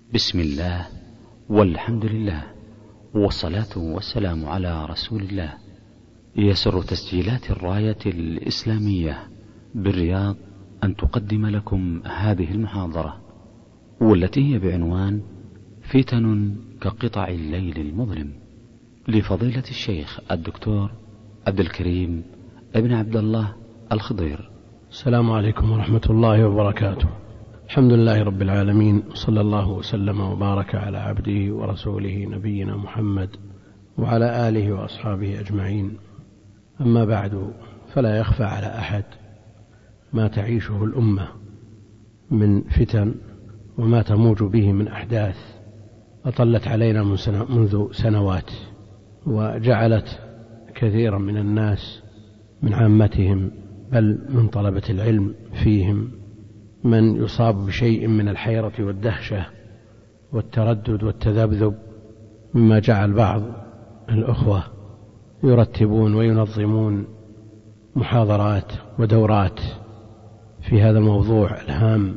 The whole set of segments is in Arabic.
بسم الله والحمد لله والصلاة والسلام على رسول الله. يسر تسجيلات الراية الإسلامية بالرياض أن تقدم لكم هذه المحاضرة، والتي هي بعنوان فتن كقطع الليل المظلم، لفضيلة الشيخ الدكتور عبد الكريم ابن عبد الله الخضير. السلام عليكم ورحمة الله وبركاته. الحمد لله رب العالمين، صلى الله وسلم وبارك على عبده ورسوله نبينا محمد وعلى آله وأصحابه أجمعين. أما بعد، فلا يخفى على أحد ما تعيشه الأمة من فتن وما تموج به من أحداث أطلت علينا منذ سنوات، وجعلت كثيرا من الناس من عامتهم بل من طلبة العلم فيهم من يصاب بشيء من الحيرة والدهشة والتردد والتذبذب، مما جعل بعض الأخوة يرتبون وينظمون محاضرات ودورات في هذا الموضوع الهام،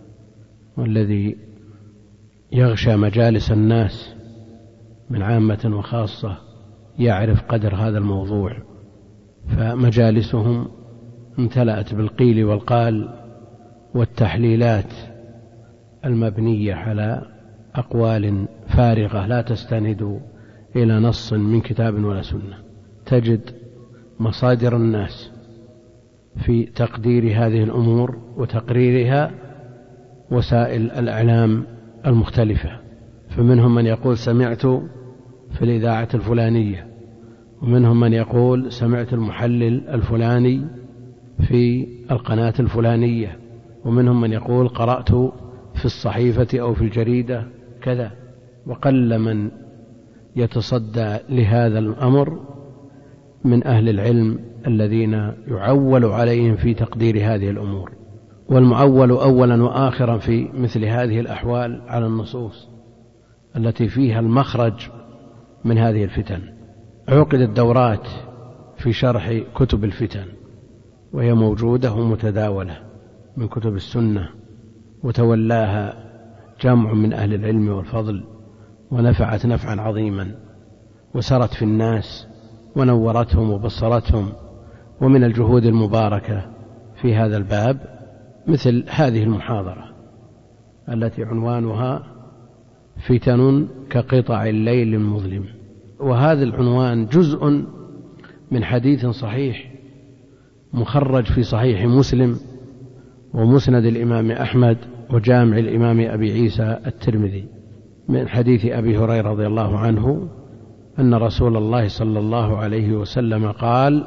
والذي يغشى مجالس الناس من عامة وخاصة يعرف قدر هذا الموضوع. فمجالسهم امتلأت بالقيل والقال والتحليلات المبنية على أقوال فارغة لا تستند إلى نص من كتاب ولا سنة. تجد مصادر الناس في تقدير هذه الأمور وتقريرها وسائل الإعلام المختلفة، فمنهم من يقول سمعت في الإذاعة الفلانية، ومنهم من يقول سمعت المحلل الفلاني في القناة الفلانية، ومنهم من يقول قرأت في الصحيفة أو في الجريدة كذا. وقل من يتصدى لهذا الأمر من أهل العلم الذين يعول عليهم في تقدير هذه الأمور، والمعول أولا وآخرا في مثل هذه الأحوال على النصوص التي فيها المخرج من هذه الفتن. عقدت دورات في شرح كتب الفتن، وهي موجودة ومتداولة من كتب السنة، وتولاها جمع من أهل العلم والفضل، ونفعت نفعا عظيما، وسرت في الناس ونورتهم وبصرتهم. ومن الجهود المباركة في هذا الباب مثل هذه المحاضرة التي عنوانها فتن كقطع الليل المظلم. وهذا العنوان جزء من حديث صحيح مخرج في صحيح مسلم ومسند الإمام أحمد وجامع الإمام أبي عيسى الترمذي، من حديث أبي هريرة رضي الله عنه أن رسول الله صلى الله عليه وسلم قال: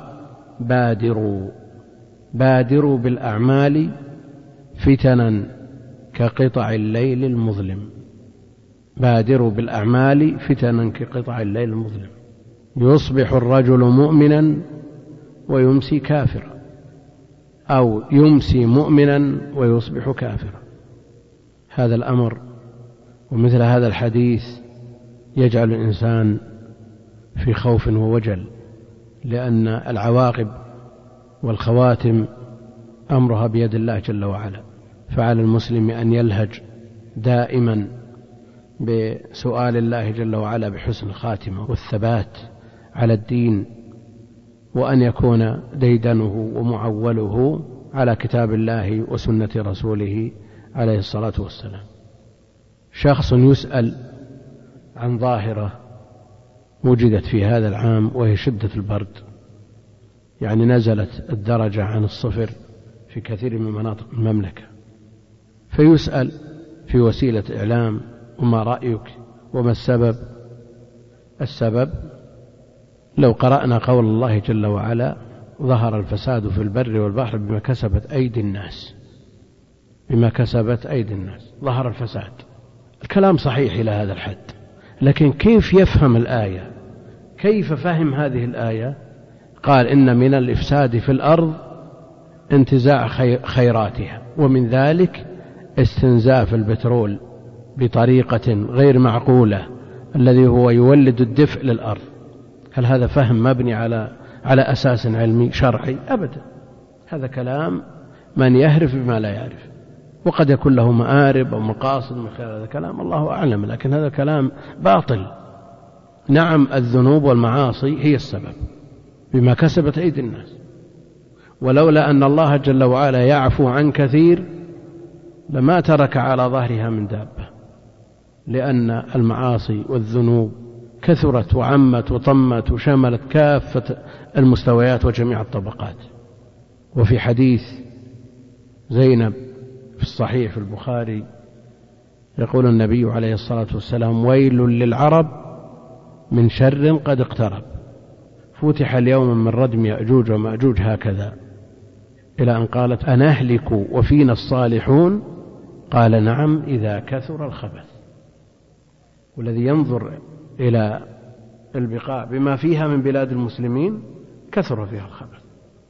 بادروا بالأعمال فتنا كقطع الليل المظلم. بادروا بالأعمال فتنا كقطع الليل المظلم. يصبح الرجل مؤمنا ويمسي كافرا، أو يمسي مؤمنا ويصبح كافرا. هذا الأمر ومثل هذا الحديث يجعل الإنسان في خوف ووجل، لأن العواقب والخواتم أمرها بيد الله جل وعلا. فعلى المسلم أن يلهج دائما بسؤال الله جل وعلا بحسن الخاتمة والثبات على الدين، وأن يكون ديدنه ومعوله على كتاب الله وسنة رسوله عليه الصلاة والسلام. شخص يسأل عن ظاهرة وجدت في هذا العام، وهي شدة البرد، يعني نزلت الدرجة عن الصفر في كثير من مناطق المملكة، فيسأل في وسيلة إعلام: وما رأيك وما السبب؟ السبب لو قرأنا قول الله جل وعلا: ظهر الفساد في البر والبحر بما كسبت أيدي الناس. بما كسبت أيدي الناس ظهر الفساد. الكلام صحيح إلى هذا الحد، لكن كيف يفهم الآية؟ كيف فهم هذه الآية؟ قال: إن من الإفساد في الأرض انتزاع خيراتها، ومن ذلك استنزاف البترول بطريقة غير معقولة، الذي هو يولد الدفء للأرض. هل هذا فهم مبني على أساس علمي شرعي؟ أبدا. هذا كلام من يهرف بما لا يعرف. وقد يكون له مآرب أو مقاصد من خلال هذا الكلام، الله أعلم، لكن هذا كلام باطل. نعم، الذنوب والمعاصي هي السبب بما كسبت أيدي الناس، ولولا أن الله جل وعلا يعفو عن كثير لما ترك على ظهرها من دابة، لأن المعاصي والذنوب كثرت وعمت وطمت وشملت كافة المستويات وجميع الطبقات. وفي حديث زينب في الصحيح في البخاري يقول النبي عليه الصلاة والسلام: ويل للعرب من شر قد اقترب، فتح اليوم من ردم يأجوج ومأجوج هكذا، إلى أن قالت: أنهلك وفينا الصالحون؟ قال: نعم، إذا كثر الخبث. والذي ينظر إلى البقاع بما فيها من بلاد المسلمين كثر فيها الخبث،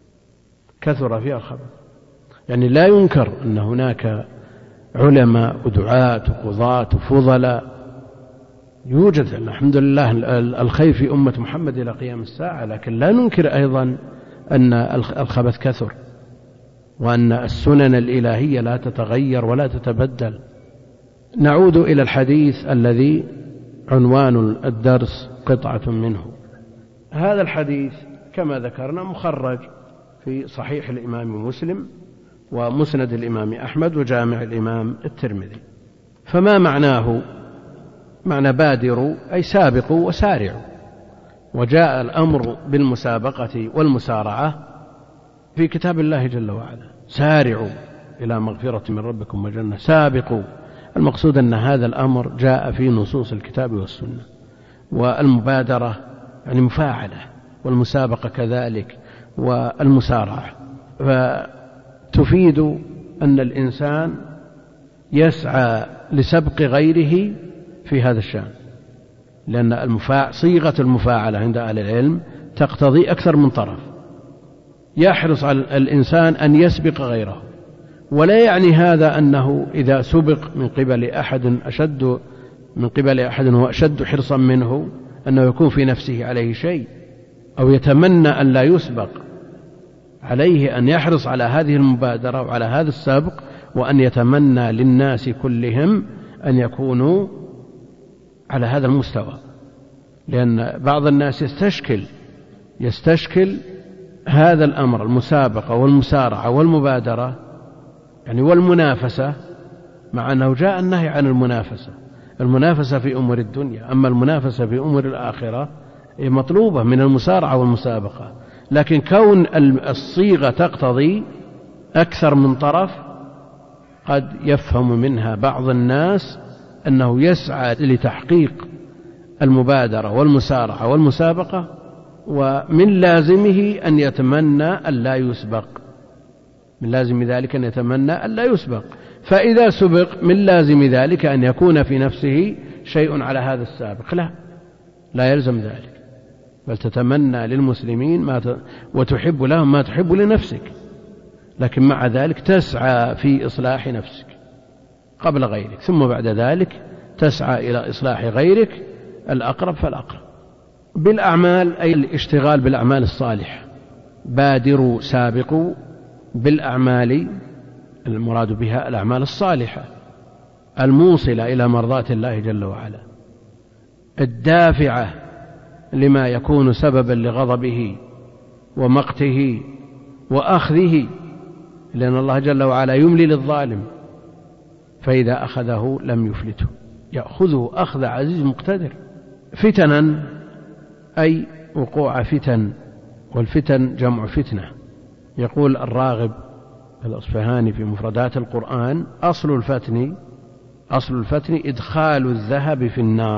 كثر فيها الخبث. يعني لا ينكر أن هناك علماء ودعاة وقضاة وفضلاء، يوجد الحمد لله الخير في أمة محمد إلى قيام الساعة، لكن لا ننكر أيضا أن الخبث كثر، وأن السنن الإلهية لا تتغير ولا تتبدل. نعود إلى الحديث الذي عنوان الدرس قطعة منه. هذا الحديث كما ذكرنا مخرج في صحيح الإمام مسلم ومسند الإمام أحمد وجامع الإمام الترمذي. فما معناه؟ معنى بادروا أي سابقوا وسارعوا، وجاء الأمر بالمسابقة والمسارعة في كتاب الله جل وعلا: سارعوا إلى مغفرة من ربكم وجنة، سابقوا. المقصود أن هذا الأمر جاء في نصوص الكتاب والسنة، والمبادرة يعني مفاعلة، والمسابقة كذلك، والمسارعة، فتفيد أن الإنسان يسعى لسبق غيره في هذا الشأن، لأن صيغة المفاعلة عند أهل العلم تقتضي أكثر من طرف. يحرص على الإنسان أن يسبق غيره، ولا يعني هذا أنه إذا سبق من قبل أحد هو أشد حرصا منه أنه يكون في نفسه عليه شيء، أو يتمنى أن لا يسبق. عليه أن يحرص على هذه المبادرة وعلى هذا السابق، وأن يتمنى للناس كلهم أن يكونوا على هذا المستوى، لأن بعض الناس يستشكل هذا الأمر، المسابقة والمسارعة والمبادرة يعني والمنافسة، مع أنه جاء النهي عن المنافسة في أمور الدنيا، أما المنافسة في أمور الآخرة هي مطلوبة من المسارعة والمسابقة. لكن كون الصيغة تقتضي أكثر من طرف قد يفهم منها بعض الناس أنه يسعى لتحقيق المبادرة والمسارعة والمسابقة، ومن لازمه أن يتمنى أن لا يسبق، من لازم ذلك أن يتمنى أن لا يسبق. فإذا سبق من لازم ذلك أن يكون في نفسه شيء على هذا السابق، لا يلزم ذلك، بل تتمنى للمسلمين وتحب لهم ما تحب لنفسك، لكن مع ذلك تسعى في إصلاح نفسك قبل غيرك، ثم بعد ذلك تسعى إلى إصلاح غيرك، الأقرب فالأقرب. بالأعمال أي الاشتغال بالأعمال الصالحة، بادروا سابقوا بالأعمال، المراد بها الأعمال الصالحة الموصلة إلى مرضات الله جل وعلا، الدافعة لما يكون سببا لغضبه ومقته وأخذه، لأن الله جل وعلا يملي للظالم فإذا أخذه لم يفلته، يأخذه أخذ عزيز مقتدر. فتنا أي وقوع فتن، والفتن جمع فتنة. يقول الراغب الأصفهاني في مفردات القرآن: أصل الفتن إدخال الذهب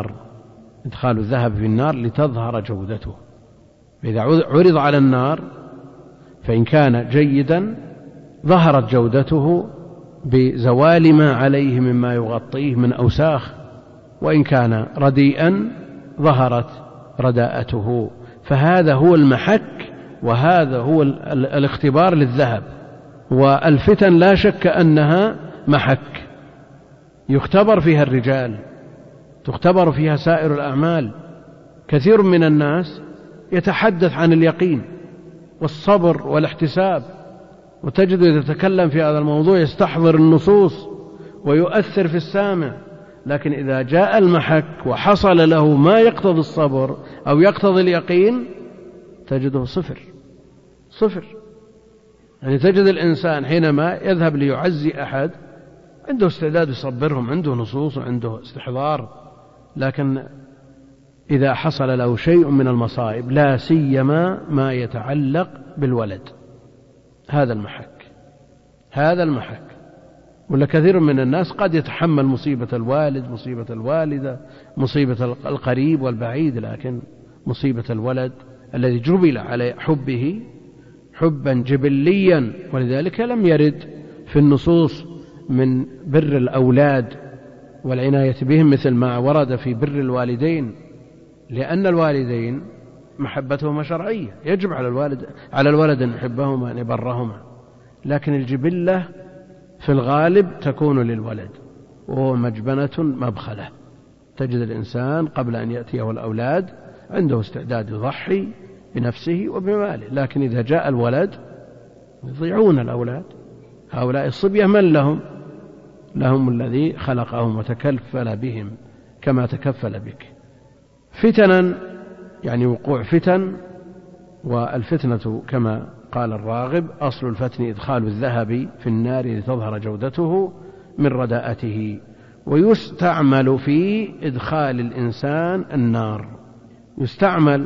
في النار لتظهر جودته. فإذا عرض على النار فإن كان جيدا ظهرت جودته بزوال ما عليه مما يغطيه من أوساخ، وإن كان رديئا ظهرت رداءته. فهذا هو المحك، وهذا هو الاختبار للذهب. والفتن لا شك أنها محك يختبر فيها الرجال، تختبر فيها سائر الأعمال. كثير من الناس يتحدث عن اليقين والصبر والاحتساب، وتجد يتكلم في هذا الموضوع يستحضر النصوص ويؤثر في السامع. لكن إذا جاء المحك وحصل له ما يقتضي الصبر أو يقتضي اليقين تجده صفر. يعني تجد الإنسان حينما يذهب ليعزي أحد عنده استعداد يصبرهم، عنده نصوص وعنده استحضار، لكن إذا حصل له شيء من المصائب لا سيما ما يتعلق بالولد هذا المحك. ولا كثير من الناس قد يتحمل مصيبة الوالد، مصيبة الوالدة، مصيبة القريب والبعيد، لكن مصيبة الولد الذي جبل على حبه حبا جبليا، ولذلك لم يرد في النصوص من بر الأولاد والعناية بهم مثل ما ورد في بر الوالدين، لأن الوالدين محبتهما شرعية، يجب على الولد أن يحبهما أن يبرهما، لكن الجبلة في الغالب تكون للولد، وهو مجبنة مبخلة. تجد الإنسان قبل أن يأتيه الأولاد عنده استعداد يضحي بنفسه وبماله، لكن إذا جاء الولد يضيعون الأولاد. هؤلاء الصبية من لهم الذي خلقهم وتكفل بهم كما تكفل بك. فتنا يعني وقوع فتن، والفتنة كما قال الراغب أصل الفتن إدخال الذهب في النار لتظهر جودته من رداءته. ويستعمل في إدخال الإنسان النار، يستعمل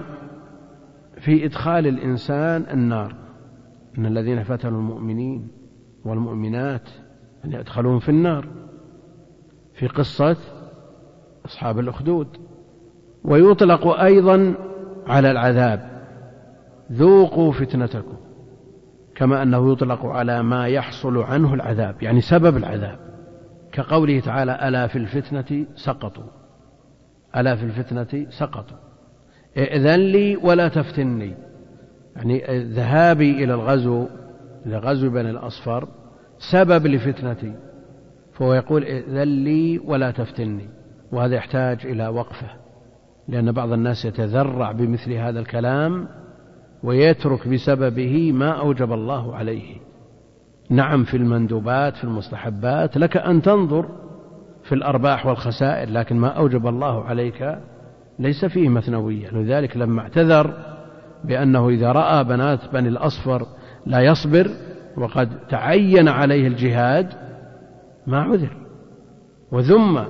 في إدخال الإنسان النار، إن الذين فتنوا المؤمنين والمؤمنات أن يدخلون في النار في قصة أصحاب الأخدود. ويطلق أيضا على العذاب ذوقوا فتنتكم، كما أنه يطلق على ما يحصل عنه العذاب، يعني سبب العذاب، كقوله تعالى ألا في الفتنة سقطوا، ألا في الفتنة سقطوا، ائذن لي ولا تفتني، يعني ذهابي إلى الغزو، إلى غزو بني الأصفر سبب لفتنتي، فهو يقول ائذن لي ولا تفتني. وهذا يحتاج إلى وقفة، لأن بعض الناس يتذرع بمثل هذا الكلام ويترك بسببه ما أوجب الله عليه. نعم في المندوبات في المستحبات لك أن تنظر في الأرباح والخسائر، لكن ما أوجب الله عليك ليس فيه مثنوية. لذلك لما اعتذر بأنه إذا رأى بنات بني الأصفر لا يصبر وقد تعين عليه الجهاد ما عذر وذم،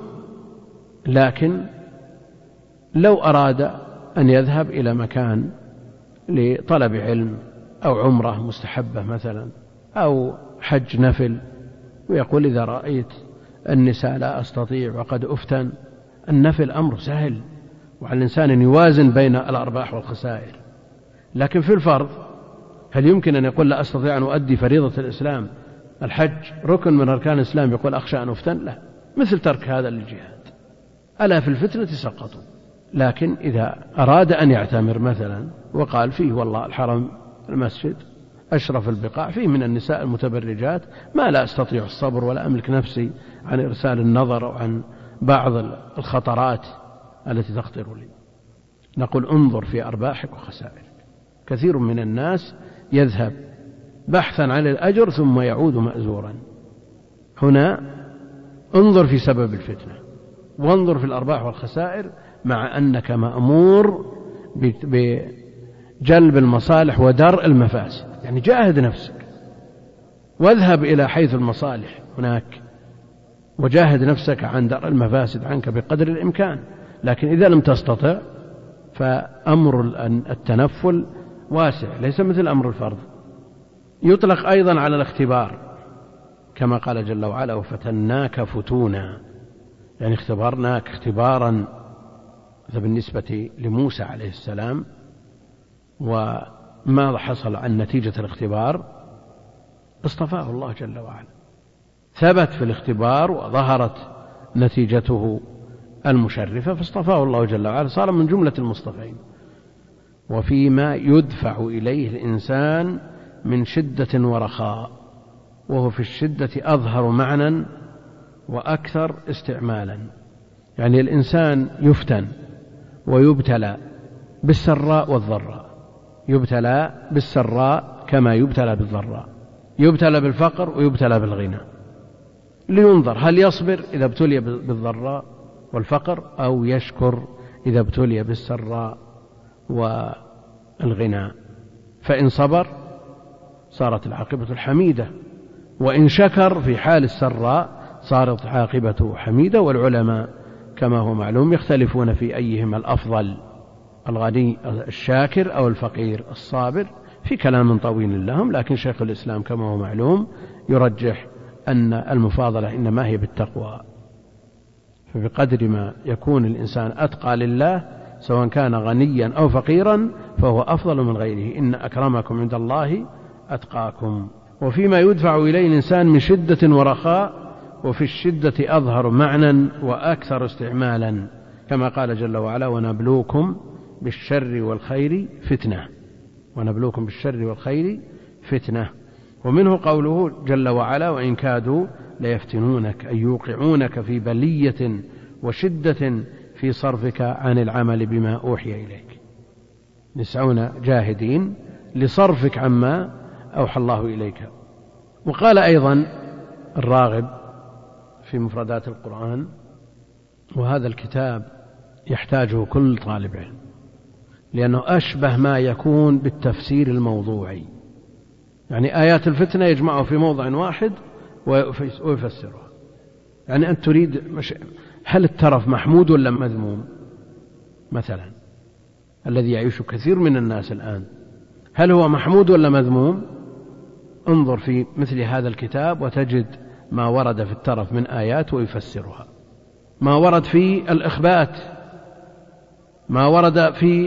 لكن لو أراد أن يذهب إلى مكان لطلب علم أو عمرة مستحبة مثلا أو حج نفل، ويقول إذا رأيت النساء لا أستطيع وقد أفتن، النفل أمر سهل، وعلى الإنسان أن يوازن بين الأرباح والخسائر. لكن في الفرض هل يمكن أن يقول لا أستطيع أن أؤدي فريضة الإسلام، الحج ركن من أركان الإسلام، يقول أخشى أن أفتن؟ لا، مثل ترك هذا للجهاد. ألا في الفتنة سقطوا. لكن إذا أراد أن يعتمر مثلا وقال فيه والله الحرم المسجد أشرف البقاع، فيه من النساء المتبرجات ما لا أستطيع الصبر ولا أملك نفسي عن إرسال النظر وعن بعض الخطرات التي تخطر لي، نقول انظر في أرباحك وخسائرك. كثير من الناس يذهب بحثا عن الأجر ثم يعود مأزورا. هنا انظر في سبب الفتنة وانظر في الأرباح والخسائر، مع أنك مأمور بجلب المصالح ودرء المفاسد، يعني جاهد نفسك واذهب إلى حيث المصالح هناك وجاهد نفسك عن درء المفاسد عنك بقدر الإمكان. لكن إذا لم تستطع فأمر التنفل واسع، ليس مثل أمر الفرض. يطلق أيضا على الاختبار، كما قال جل وعلا وفتناك فتونا، يعني اختبرناك اختبارا. هذا بالنسبة لموسى عليه السلام. وما حصل عن نتيجة الاختبار؟ اصطفاه الله جل وعلا، ثبت في الاختبار وظهرت نتيجته المشرفة فاصطفاه الله جل وعلا، صار من جملة المصطفين. وفيما يدفع إليه الإنسان من شدة ورخاء، وهو في الشدة أظهر معنى وأكثر استعمالا. يعني الإنسان يفتن ويبتلى بالسراء والضراء، يبتلى بالسراء كما يبتلى بالضراء، يبتلى بالفقر ويبتلى بالغنى. لينظر هل يصبر إذا ابتلي بالضراء والفقر أو يشكر إذا ابتلي بالسراء والغنى. فإن صبر صارت العاقبة الحميدة، وإن شكر في حال السراء صارت عاقبته حميدة. والعلماء كما هو معلوم يختلفون في أيهما الأفضل، الغني الشاكر أو الفقير الصابر، في كلام طويل لهم، لكن شيخ الإسلام كما هو معلوم يرجح أن المفاضلة إنما هي بالتقوى. فبقدر ما يكون الإنسان أتقى لله سواء كان غنيا أو فقيرا فهو أفضل من غيره. إن أكرمكم عند الله أتقاكم. وفيما يدفع إليه الإنسان من شدة ورخاء، وفي الشدة أظهر معنى وأكثر استعمالا، كما قال جل وعلا: ونبلوكم بالشر والخير فتنة. ونبلوكم بالشر والخير فتنة. ومنه قوله جل وعلا: وإن كادوا ليفتنونك أي يوقعونك في بلية وشدة في صرفك عن العمل بما أوحي إليك، يسعون جاهدين لصرفك عما أوحى الله إليك. وقال أيضا الراغب في مفردات القرآن: وهذا الكتاب يحتاجه كل طالب علم، لأنه أشبه ما يكون بالتفسير الموضوعي، يعني آيات الفتنة يجمعه في موضع واحد ويفسرها. يعني أنت تريد هل الترف محمود ولا مذموم؟ مثلا الذي يعيش كثير من الناس الآن، هل هو محمود ولا مذموم؟ انظر في مثل هذا الكتاب وتجد ما ورد في الترف من آيات ويفسرها، ما ورد في الإخبات، ما ورد في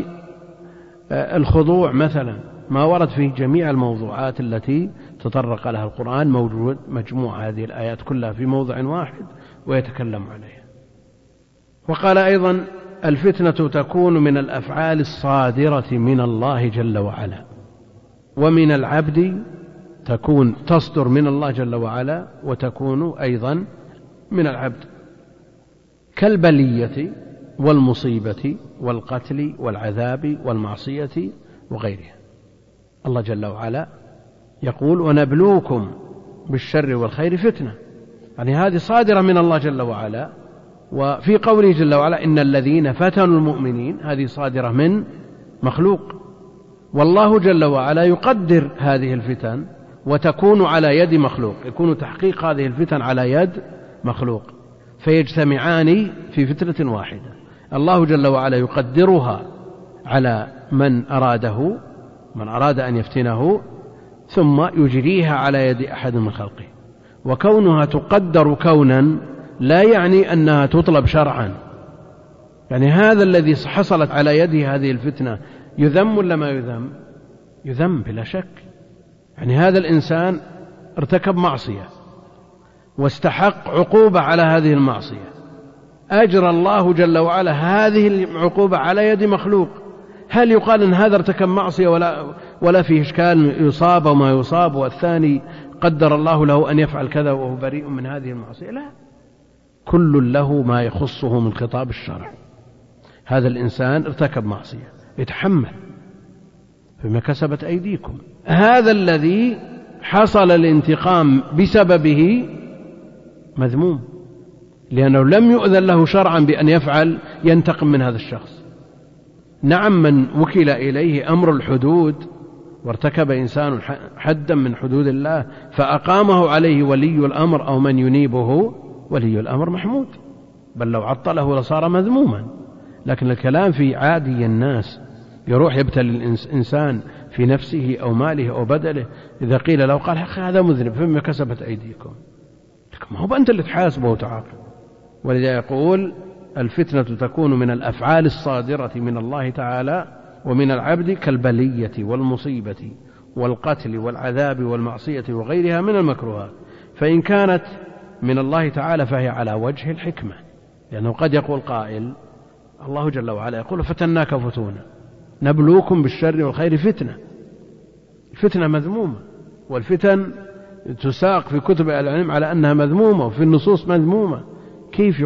الخضوع مثلا، ما ورد في جميع الموضوعات التي تطرق لها القرآن، موجود مجموع هذه الآيات كلها في موضع واحد ويتكلم عليها. وقال أيضا: الفتنة تكون من الأفعال الصادرة من الله جل وعلا، ومن العبد تكون تصدر من الله جل وعلا وتكون أيضا من العبد، كالبلية والمصيبة والقتل والعذاب والمعصية وغيرها. الله جل وعلا يقول: ونبلوكم بالشر والخير فتنة، يعني هذه صادرة من الله جل وعلا. وفي قوله جل وعلا: إن الذين فتنوا المؤمنين، هذه صادرة من مخلوق، والله جل وعلا يقدر هذه الفتن وتكون على يد مخلوق، يكون تحقيق هذه الفتن على يد مخلوق، فيجتمعان في فتنة واحدة. الله جل وعلا يقدرها على من أراده، من أراد أن يفتنه، ثم يجريها على يد أحد من خلقه. وكونها تقدر كونا لا يعني أنها تطلب شرعا، يعني هذا الذي حصلت على يده هذه الفتنة يذم ولا ما يذم؟ يذم بلا شك. يعني هذا الإنسان ارتكب معصية واستحق عقوبة على هذه المعصية، أجرى الله جل وعلا هذه العقوبة على يد مخلوق. هل يقال أن هذا ارتكب معصية ولا فيه إشكال يصاب وما يصاب، والثاني قدر الله له أن يفعل كذا وهو بريء من هذه المعصية؟ لا، كل له ما يخصه من خطاب الشرع. هذا الإنسان ارتكب معصية يتحمل فيما كسبت أيديكم. هذا الذي حصل الانتقام بسببه مذموم، لأنه لم يؤذن له شرعا بأن يفعل ينتقم من هذا الشخص. نعم، من وكل إليه أمر الحدود وارتكب إنسان حدا من حدود الله فأقامه عليه ولي الأمر أو من ينيبه، ولي الأمر محمود، بل لو عطله لصار مذموما. لكن الكلام في عادي الناس، يروح يبتلي الإنسان في نفسه أو ماله أو بدله، إذا قيل له قال: هذا مذنب فيما كسبت أيديكم، ما هو أنت اللي تحاسبه وتعاقب. ولذا يقول: الفتنة تكون من الأفعال الصادرة من الله تعالى ومن العبد، كالبلية والمصيبة والقتل والعذاب والمعصية وغيرها من المكروهات. فإن كانت من الله تعالى فهي على وجه الحكمة، لأنه قد يقول قائل: الله جل وعلا يقول: فتناك فتونا، نبلوكم بالشر والخير فتنة. الفتنة مذمومة، والفتن تساق في كتب العلم على أنها مذمومة وفي النصوص مذمومة. كيف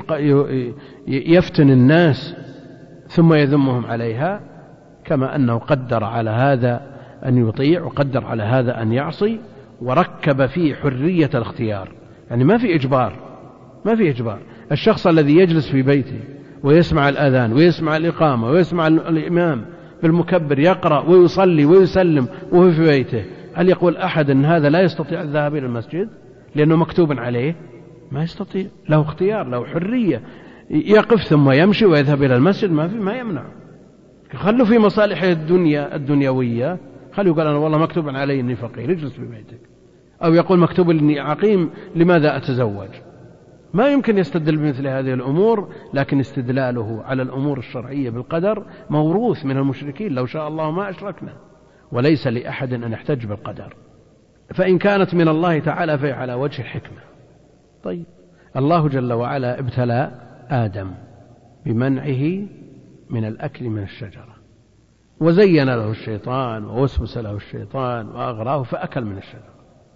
يفتن الناس ثم يذمهم عليها؟ كما أنه قدر على هذا أن يطيع وقدر على هذا أن يعصي، وركب فيه حرية الاختيار، يعني ما في إجبار. الشخص الذي يجلس في بيته ويسمع الأذان ويسمع الإقامة ويسمع الإمام بالمكبر يقرأ ويصلي ويسلم وهو في بيته، هل يقول أحد أن هذا لا يستطيع الذهاب إلى المسجد لأنه مكتوب عليه؟ ما يستطيع، له اختيار، له حرية، يقف ثم يمشي ويذهب إلى المسجد، ما يمنع. خلوا في مصالح الدنيوية، خلوا يقول أنا والله مكتوب علي أني فقير، اجلس في بيتك. أو يقول مكتوب أني عقيم، لماذا أتزوج؟ ما يمكن يستدل بمثل هذه الأمور، لكن استدلاله على الأمور الشرعية بالقدر موروث من المشركين، لو شاء الله ما أشركنا. وليس لأحد أن يحتج بالقدر، فإن كانت من الله تعالى فهي على وجه الحكمة. طيب، الله جل وعلا ابتلى آدم بمنعه من الأكل من الشجرة، وزين له الشيطان ووسوس له الشيطان وأغراه فأكل من الشجرة.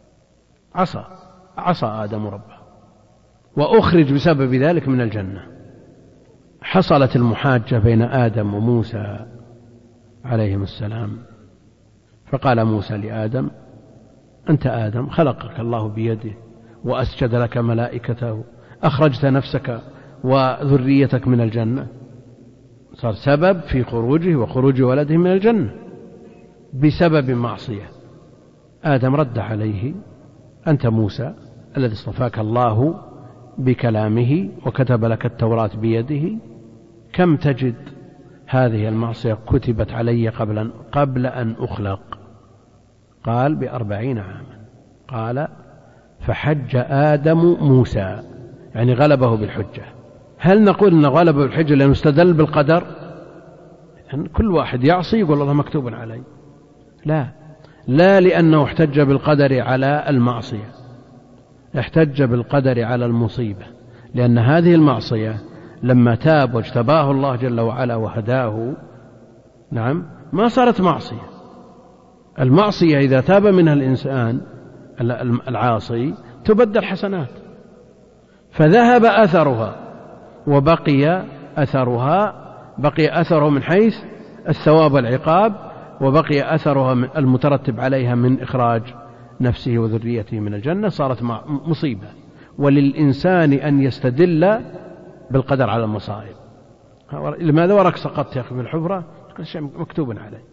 عصى آدم ربه وأخرج بسبب ذلك من الجنة. حصلت المحاجة بين آدم وموسى عليهم السلام، فقال موسى لآدم: أنت آدم خلقك الله بيده وأسجد لك ملائكته، أخرجت نفسك وذريتك من الجنة. صار سبب في خروجه وخروج ولده من الجنة بسبب معصية. آدم رد عليه: أنت موسى الذي اصطفاك الله بكلامه وكتب لك التوراة بيده، كم تجد هذه المعصية كتبت علي قبل أن أخلق؟ قال: 40 عاما. قال: فحج آدم موسى، يعني غلبه بالحجة. هل نقول أنه غلبه بالحجة لأنه استدل بالقدر؟ يعني كل واحد يعصي يقول الله مكتوب علي. لا لأنه احتج بالقدر على المعصية، احتج بالقدر على المصيبة، لأن هذه المعصية لما تاب واجتباه الله جل وعلا وهداه، ما صارت معصية. المعصية إذا تاب منها الإنسان العاصي تبدل حسنات، فذهب أثرها وبقي أثره من حيث الثواب والعقاب، وبقي أثرها المترتب عليها من إخراج نفسه وذريته من الجنة، صارت مصيبة. وللإنسان أن يستدل بالقدر على المصائب. لماذا ورك سقطت يا أخي في الحفرة؟ كل شيء مكتوب عليه.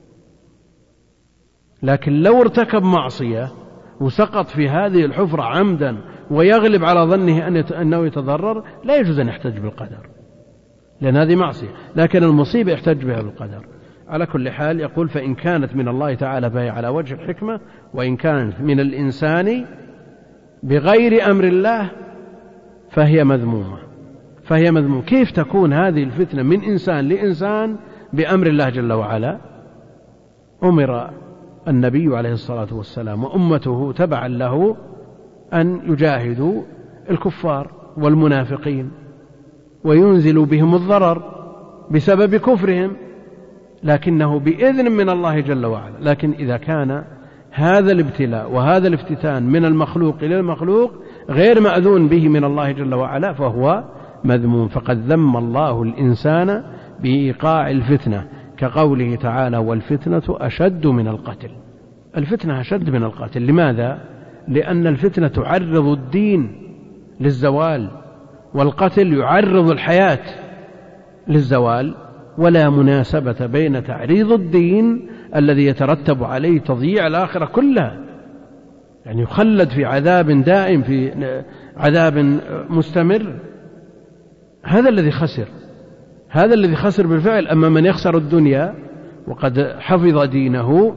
لكن لو ارتكب معصية وسقط في هذه الحفرة عمدا ويغلب على ظنه أنه يتضرر، لا يجوز أن يحتج بالقدر، لأن هذه معصية. لكن المصيبة يحتج بها بالقدر. على كل حال يقول: فإن كانت من الله تعالى فهي على وجه الحكمة، وإن كانت من الإنسان بغير أمر الله فهي مذمومة. كيف تكون هذه الفتنة من إنسان لإنسان بأمر الله جل وعلا؟ أمر النبي عليه الصلاة والسلام وأمته تبعا له أن يجاهدوا الكفار والمنافقين وينزلوا بهم الضرر بسبب كفرهم، لكنه بإذن من الله جل وعلا. لكن إذا كان هذا الابتلاء وهذا الافتتان من المخلوق إلى المخلوق غير مأذون به من الله جل وعلا فهو مذموم. فقد ذم الله الإنسان بإيقاع الفتنة، كقوله تعالى: والفتنة أشد من القتل. الفتنة أشد من القتل. لماذا؟ لأن الفتنة تعرض الدين للزوال، والقتل يعرض الحياة للزوال، ولا مناسبة بين تعريض الدين الذي يترتب عليه تضييع الآخرة كلها، يعني يخلد في عذاب دائم، في عذاب مستمر. هذا الذي خسر بالفعل. أما من يخسر الدنيا وقد حفظ دينه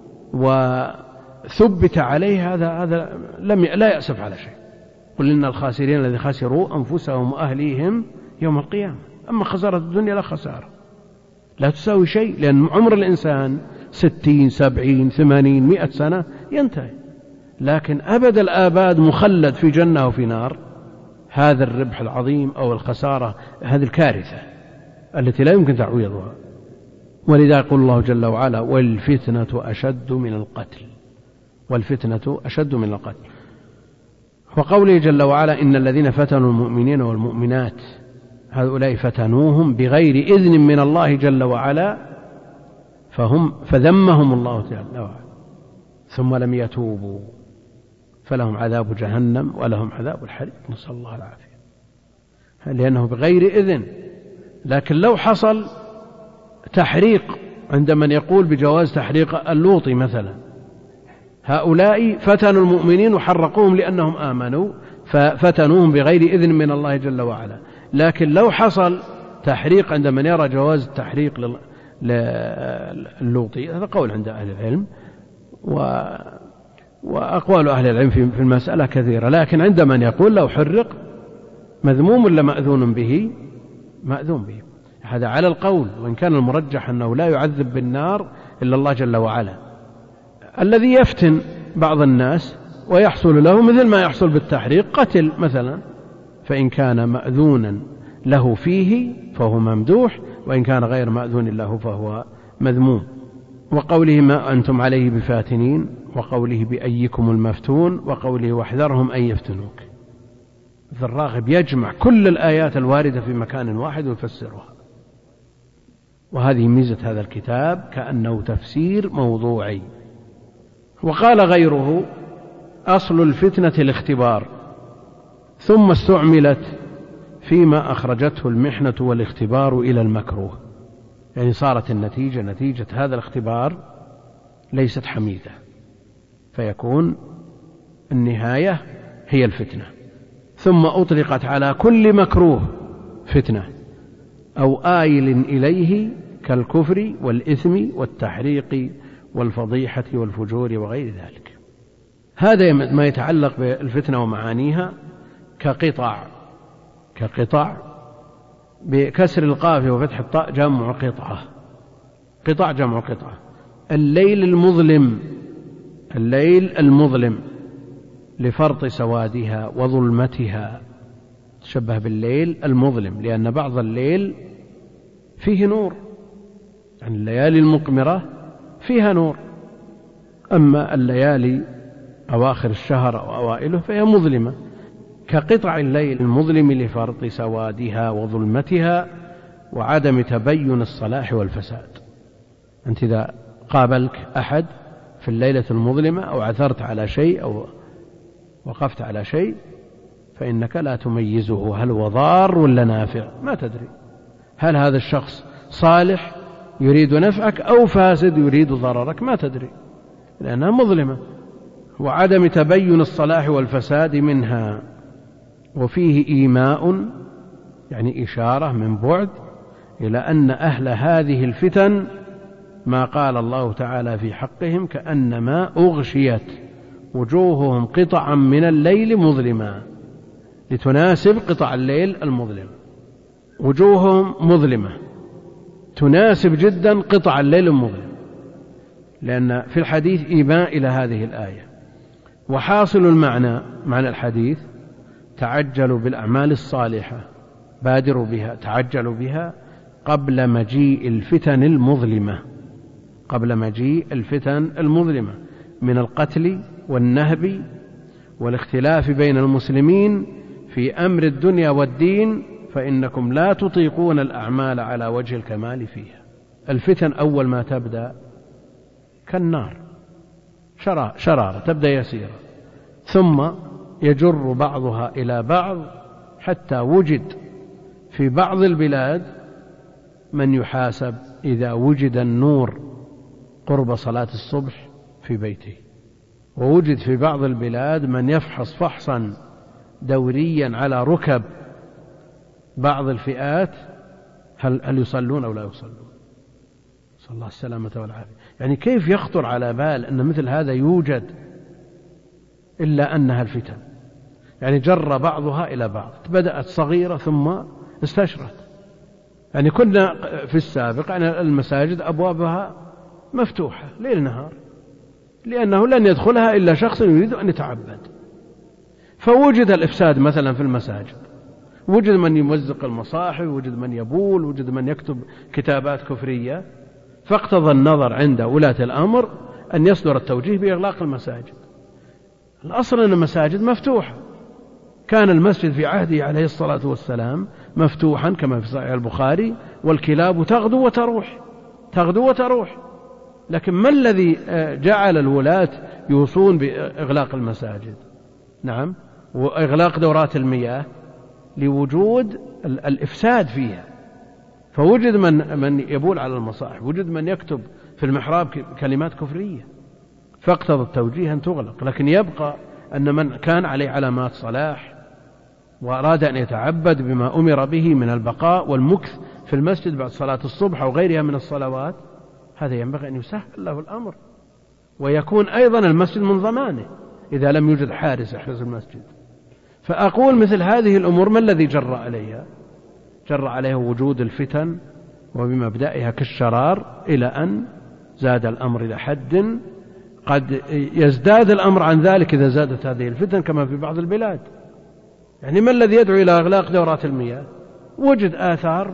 وثبت عليه، هذا لا يأسف على شيء. قل إن الخاسرين الذين خسروا أنفسهم وأهليهم يوم القيامة. أما خسارة الدنيا لا خسارة، لا تساوي شيء، لأن عمر الإنسان 60 70 80 100 سنة ينتهي، لكن أبد الآباد مخلد في جنة وفي نار. هذا الربح العظيم أو الخسارة، هذه الكارثة التي لا يمكن تعويضها. ولذا يقول الله جل وعلا: والفتنة أشد من القتل. وقوله جل وعلا: إن الذين فتنوا المؤمنين والمؤمنات هؤلاء فتنوهم بغير إذن من الله جل وعلا فذمهم الله جل وعلا ثم لم يتوبوا فلهم عذاب جهنم ولهم عذاب الحريق، نسأل الله العافية، لأنه بغير إذن. لكن لو حصل تحريق عند من يقول بجواز تحريق اللوطي مثلا، هؤلاء فتنوا المؤمنين وحرقوهم لأنهم آمنوا، ففتنوهم بغير إذن من الله جل وعلا. لكن لو حصل تحريق عند من يرى جواز التحريق للوطي، هذا قول عند أهل العلم، وأقوال أهل العلم في المسألة كثيرة، لكن عند من يقول لو حرق مذموم ولا مأذون به؟ مأذون به. هذا على القول، وإن كان المرجح أنه لا يعذب بالنار إلا الله جل وعلا. الذي يفتن بعض الناس ويحصل له مثل ما يحصل بالتحريق قتل مثلا، فإن كان مأذونا له فيه فهو ممدوح، وإن كان غير مأذون له فهو مذموم. وقوله ما أنتم عليه بفاتنين، وقوله بأيكم المفتون، وقوله واحذرهم أن يفتنوك. ذي الراغب يجمع كل الآيات الواردة في مكان واحد ويفسرها، وهذه ميزة هذا الكتاب، كأنه تفسير موضوعي. وقال غيره أصل الفتنة الاختبار، ثم استعملت فيما أخرجته المحنة والاختبار إلى المكروه، يعني صارت النتيجة نتيجة هذا الاختبار ليست حميدة، فيكون النهاية هي الفتنة. ثم أطلقت على كل مكروه فتنة أو آيل إليه كالكفر والإثم والتحريق والفضيحة والفجور وغير ذلك. هذا ما يتعلق بالفتنة ومعانيها كقطع بكسر القاف وفتح الطاء جمع قطعة، قطع جمع قطعة. الليل المظلم لفرط سوادها وظلمتها، تشبه بالليل المظلم، لأن بعض الليل فيه نور، يعني الليالي المقمرة فيها نور، أما الليالي أواخر الشهر أو أوائله فهي مظلمة. كقطع الليل المظلم لفرط سوادها وظلمتها وعدم تبين الصلاح والفساد. أنت إذا قابلك أحد في الليلة المظلمة أو عثرت على شيء أو وقفت على شيء، فإنك لا تميزه هل هو ضار ولا نافع، ما تدري هل هذا الشخص صالح يريد نفعك أو فاسد يريد ضررك، ما تدري لأنها مظلمة. وعدم تبين الصلاح والفساد منها. وفيه إيماء، يعني إشارة من بعد إلى أن أهل هذه الفتن ما قال الله تعالى في حقهم كأنما أغشيت وجوههم قطعا من الليل مظلما، لتناسب قطع الليل المظلم، وجوههم مظلمة تناسب جدا قطع الليل المظلم، لأن في الحديث إيماء إلى هذه الآية. وحاصل المعنى، معنى الحديث، تعجلوا بالأعمال الصالحة، بادروا بها، تعجلوا بها قبل مجيء الفتن المظلمة، قبل مجيء الفتن المظلمة من القتل والنهب والاختلاف بين المسلمين في أمر الدنيا والدين، فإنكم لا تطيقون الأعمال على وجه الكمال فيها. الفتن أول ما تبدأ كالنار، شرارة تبدأ يسيرة، ثم يجر بعضها إلى بعض حتى وجد في بعض البلاد من يحاسب إذا وجد النور قرب صلاة الصبح في بيته، ووجد في بعض البلاد من يفحص فحصا دوريا على ركب بعض الفئات هل يصلون أو لا يصلون، صلى الله السلامة والعافية. يعني كيف يخطر على بال أن مثل هذا يوجد، إلا أنها الفتن، يعني جر بعضها إلى بعض، بدأت صغيرة ثم استشرت. يعني كنا في السابق يعني المساجد أبوابها مفتوحة ليل نهار، لأنه لن يدخلها إلا شخص يريد أن يتعبد، فوجد الإفساد مثلا في المساجد، وجد من يمزق المصاحف، وجد من يبول، وجد من يكتب كتابات كفرية، فاقتضى النظر عند ولاة الأمر أن يصدر التوجيه بإغلاق المساجد. الأصل أن المساجد مفتوحة، كان المسجد في عهده عليه الصلاة والسلام مفتوحا كما في صحيح البخاري، والكلاب تغدو وتروح. لكن ما الذي جعل الولاة يوصون بإغلاق المساجد؟ نعم، وإغلاق دورات المياه لوجود الإفساد فيها. فوجد من يبول على المصاحف، وجد من يكتب في المحراب كلمات كفرية، فاقتضى التوجيه أن تغلق. لكن يبقى أن من كان عليه علامات صلاح وأراد أن يتعبد بما أمر به من البقاء والمكث في المسجد بعد صلاة الصبح أو غيرها من الصلوات، هذا ينبغي أن يسهل له الأمر، ويكون أيضا المسجد من ضمانه إذا لم يوجد حارس يحرس المسجد. فأقول مثل هذه الأمور ما الذي جرى عليها؟ جرى عليها وجود الفتن وبمبدأها كالشرار، إلى أن زاد الأمر إلى حد قد يزداد الأمر عن ذلك إذا زادت هذه الفتن كما في بعض البلاد. يعني ما الذي يدعو إلى إغلاق دورات المياه؟ وجد آثار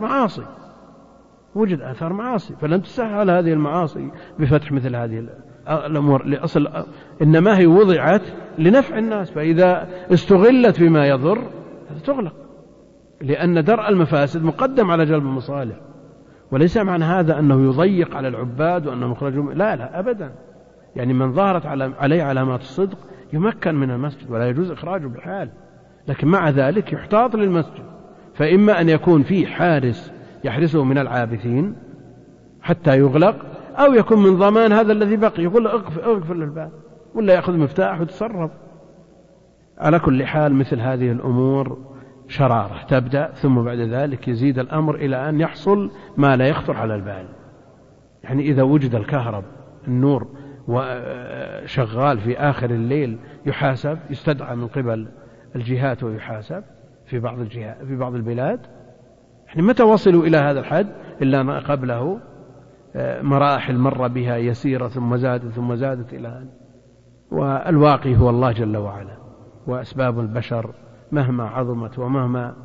معاصي، فلن تسهل هذه المعاصي بفتح مثل هذه الأمور. لأصل إنما هي وضعت لنفع الناس، فإذا استغلت بما يضر تغلق، لأن درء المفاسد مقدم على جلب المصالح. وليس معنى هذا أنه يضيق على العباد وأنه مخرجهم، لا أبدا. يعني من ظهرت عليه علامات الصدق يمكن من المسجد ولا يجوز إخراجه بحال، لكن مع ذلك يحتاط للمسجد. فإما أن يكون فيه حارس يحرسه من العابثين حتى يغلق، أو يكون من ضمان هذا الذي بقي، يقول اغفر للباب، ولا يأخذ مفتاح وتصرف. على كل حال مثل هذه الأمور شرارة تبدأ، ثم بعد ذلك يزيد الأمر إلى أن يحصل ما لا يخطر على البال. يعني إذا وجد الكهرب النور وشغال في آخر الليل يحاسب، يستدعى من قبل الجهات ويحاسب في بعض البلاد. يعني متى وصلوا إلى هذا الحد؟ إلا ما قبله مراحل مر بها يسيرة ثم زادت إلى أن، والواقي هو الله جل وعلا. وأسباب البشر مهما عظمت ومهما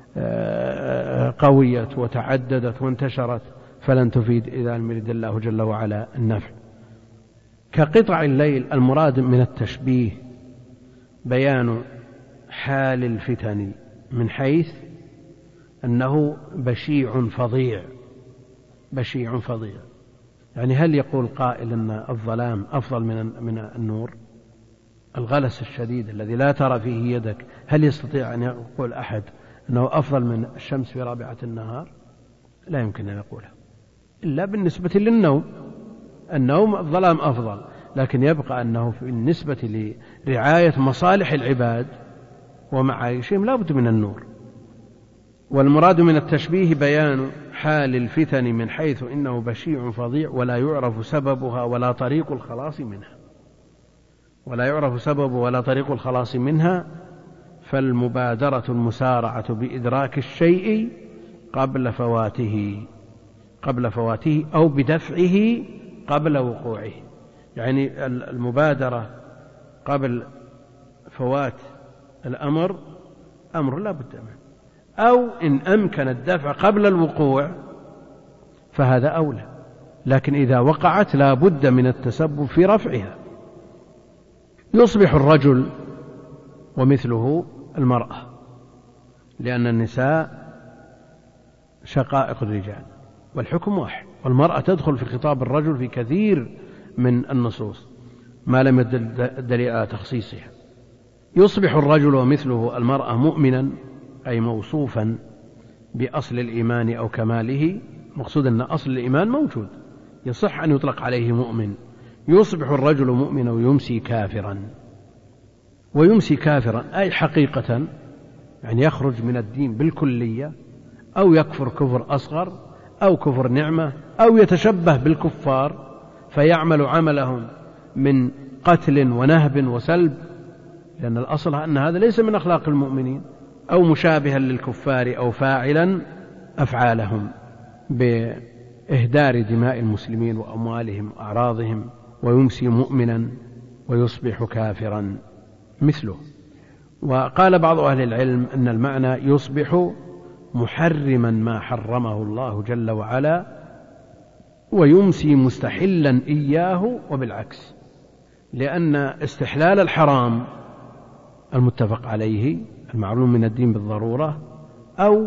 قويت وتعددت وانتشرت فلن تفيد إذا لم يرد الله جل وعلا النفع. كقطع الليل المراد من التشبيه بيان حال الفتن من حيث أنه بشيع فظيع. يعني هل يقول قائل أن الظلام أفضل من النور؟ الغلس الشديد الذي لا ترى فيه يدك، هل يستطيع أن يقول أحد أنه أفضل من الشمس في رابعة النهار؟ لا يمكن أن يقولها إلا بالنسبة للنوم. النوم الظلام أفضل، لكن يبقى أنه بالنسبة لرعاية مصالح العباد ومعايشهم لا بد من النور. والمراد من التشبيه بيان حال الفتن من حيث إنه بشيع فظيع ولا يعرف سببها ولا طريق الخلاص منها، فالمبادرة المسارعة بإدراك الشيء قبل فواته أو بدفعه قبل وقوعه. يعني المبادرة قبل فوات الأمر أمر لا بد منه، أو إن أمكن الدفع قبل الوقوع فهذا أولى، لكن إذا وقعت لا بد من التسبب في رفعها. يصبح الرجل ومثله المرأة، لأن النساء شقائق الرجال والحكم واحد، والمرأة تدخل في خطاب الرجل في كثير من النصوص ما لم يدل دليل على تخصيصها. يصبح الرجل ومثله المرأة مؤمنا، أي موصوفا بأصل الإيمان أو كماله. مقصود أن أصل الإيمان موجود، يصح أن يطلق عليه مؤمن. يصبح الرجل مؤمنا ويمسي كافرا أي حقيقة، يعني يخرج من الدين بالكلية، أو يكفر كفر أصغر أو كفر نعمة، أو يتشبه بالكفار فيعمل عملهم من قتل ونهب وسلب، لأن الأصل أن هذا ليس من أخلاق المؤمنين، أو مشابها للكفار أو فاعلا أفعالهم بإهدار دماء المسلمين وأموالهم وأعراضهم. ويمسي مؤمنا ويصبح كافرا مثله. وقال بعض أهل العلم أن المعنى يصبح محرما ما حرمه الله جل وعلا، ويمسي مستحلا إياه، وبالعكس، لأن استحلال الحرام المتفق عليه المعلوم من الدين بالضرورة، أو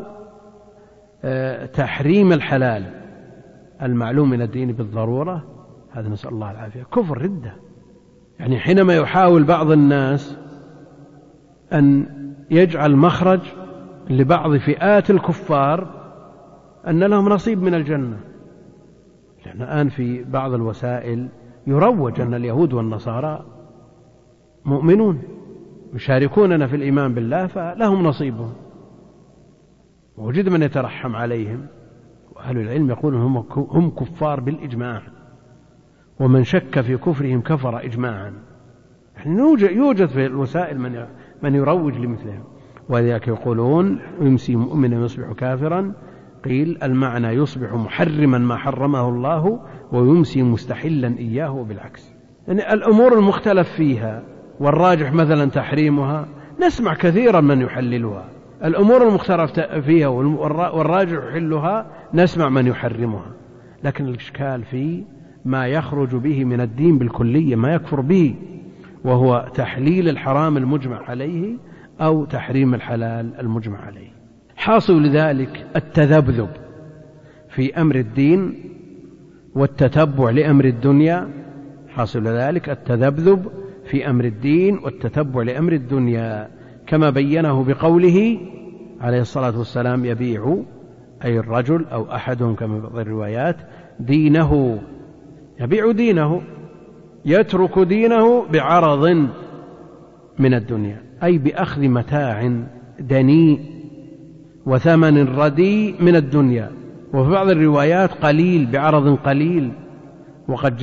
تحريم الحلال المعلوم من الدين بالضرورة، هذا نسأل الله العافية كفر ردة. يعني حينما يحاول بعض الناس أن يجعل مخرج لبعض فئات الكفار أن لهم نصيب من الجنة. لأن الآن في بعض الوسائل يروج أن اليهود والنصارى مؤمنون يشاركوننا في الإيمان بالله فلهم نصيبهم، ووجد من يترحم عليهم، وأهل العلم يقولون هم كفار بالإجماع، ومن شك في كفرهم كفر إجماعا. يعني يوجد في الوسائل من يروج لمثلهم، وذلك يقولون يمسي مؤمنا يصبح كافرا. قيل المعنى يصبح محرما ما حرمه الله ويمسي مستحلا إياه، وبالعكس. يعني الأمور المختلف فيها والراجح مثلا تحريمها نسمع كثيرا من يحللها، الأمور المختلف فيها والراجح يحلها نسمع من يحرمها. لكن الإشكال في ما يخرج به من الدين بالكلية، ما يكفر به، وهو تحليل الحرام المجمع عليه أو تحريم الحلال المجمع عليه. حاصل لذلك التذبذب في أمر الدين والتتبع لأمر الدنيا. حاصل ذلك التذبذب في أمر الدين والتتبع لأمر الدنيا، كما بينه بقوله عليه الصلاة والسلام: يبيع أي الرجل أو أحدهم كما في الروايات دينه، يبيع دينه، يترك دينه بعرض من الدنيا، أي بأخذ متاع دنيء وثمن رديء من الدنيا. وفي بعض الروايات قليل بعرض قليل. وقد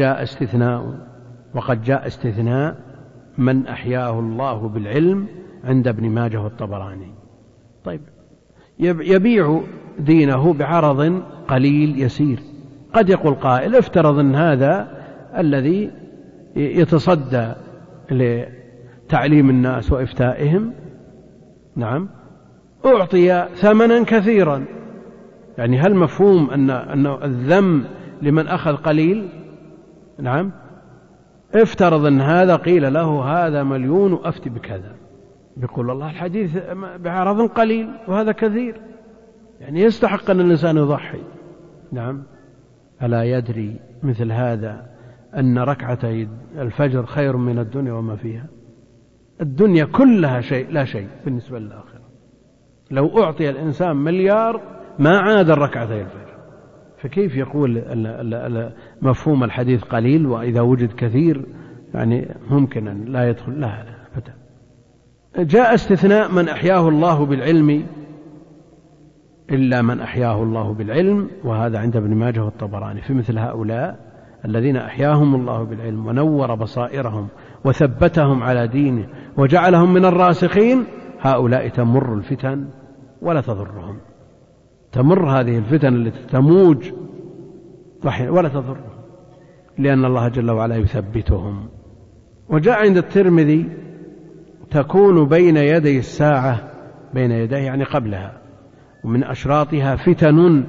جاء استثناء من أحياه الله بالعلم عند ابن ماجه والطبراني. طيب، يبيع دينه بعرض قليل يسير. قد يقول قائل: افترض أن هذا الذي يتصدى لتعليم الناس وإفتائهم، نعم، أعطي ثمنا كثيرا، يعني هل مفهوم أن الذم لمن أخذ قليل؟ نعم. افترض أن هذا قيل له هذا مليون وأفتي بكذا، بيقول الله الحديث بعرض قليل وهذا كثير، يعني يستحق أن الإنسان يضحي. نعم. ألا يدري مثل هذا أن ركعتي الفجر خير من الدنيا وما فيها؟ الدنيا كلها شيء لا شيء بالنسبة للآخرة. لو أعطي الإنسان مليار ما عاد الركعتي الفجر، فكيف يقول مفهوم الحديث قليل وإذا وجد كثير يعني ممكن أن لا يدخل؟ لا أبدا. جاء استثناء من أحياه الله بالعلم، إلا من أحياه الله بالعلم، وهذا عند ابن ماجه والطبراني. في مثل هؤلاء الذين أحياهم الله بالعلم ونور بصائرهم وثبتهم على دينه وجعلهم من الراسخين، هؤلاء تمر الفتن ولا تضرهم. تمر هذه الفتن التي تموج ولا تضرهم، لأن الله جل وعلا يثبتهم. وجاء عند الترمذي: تكون بين يدي الساعة، بين يديه يعني قبلها، ومن أشراطها فتن،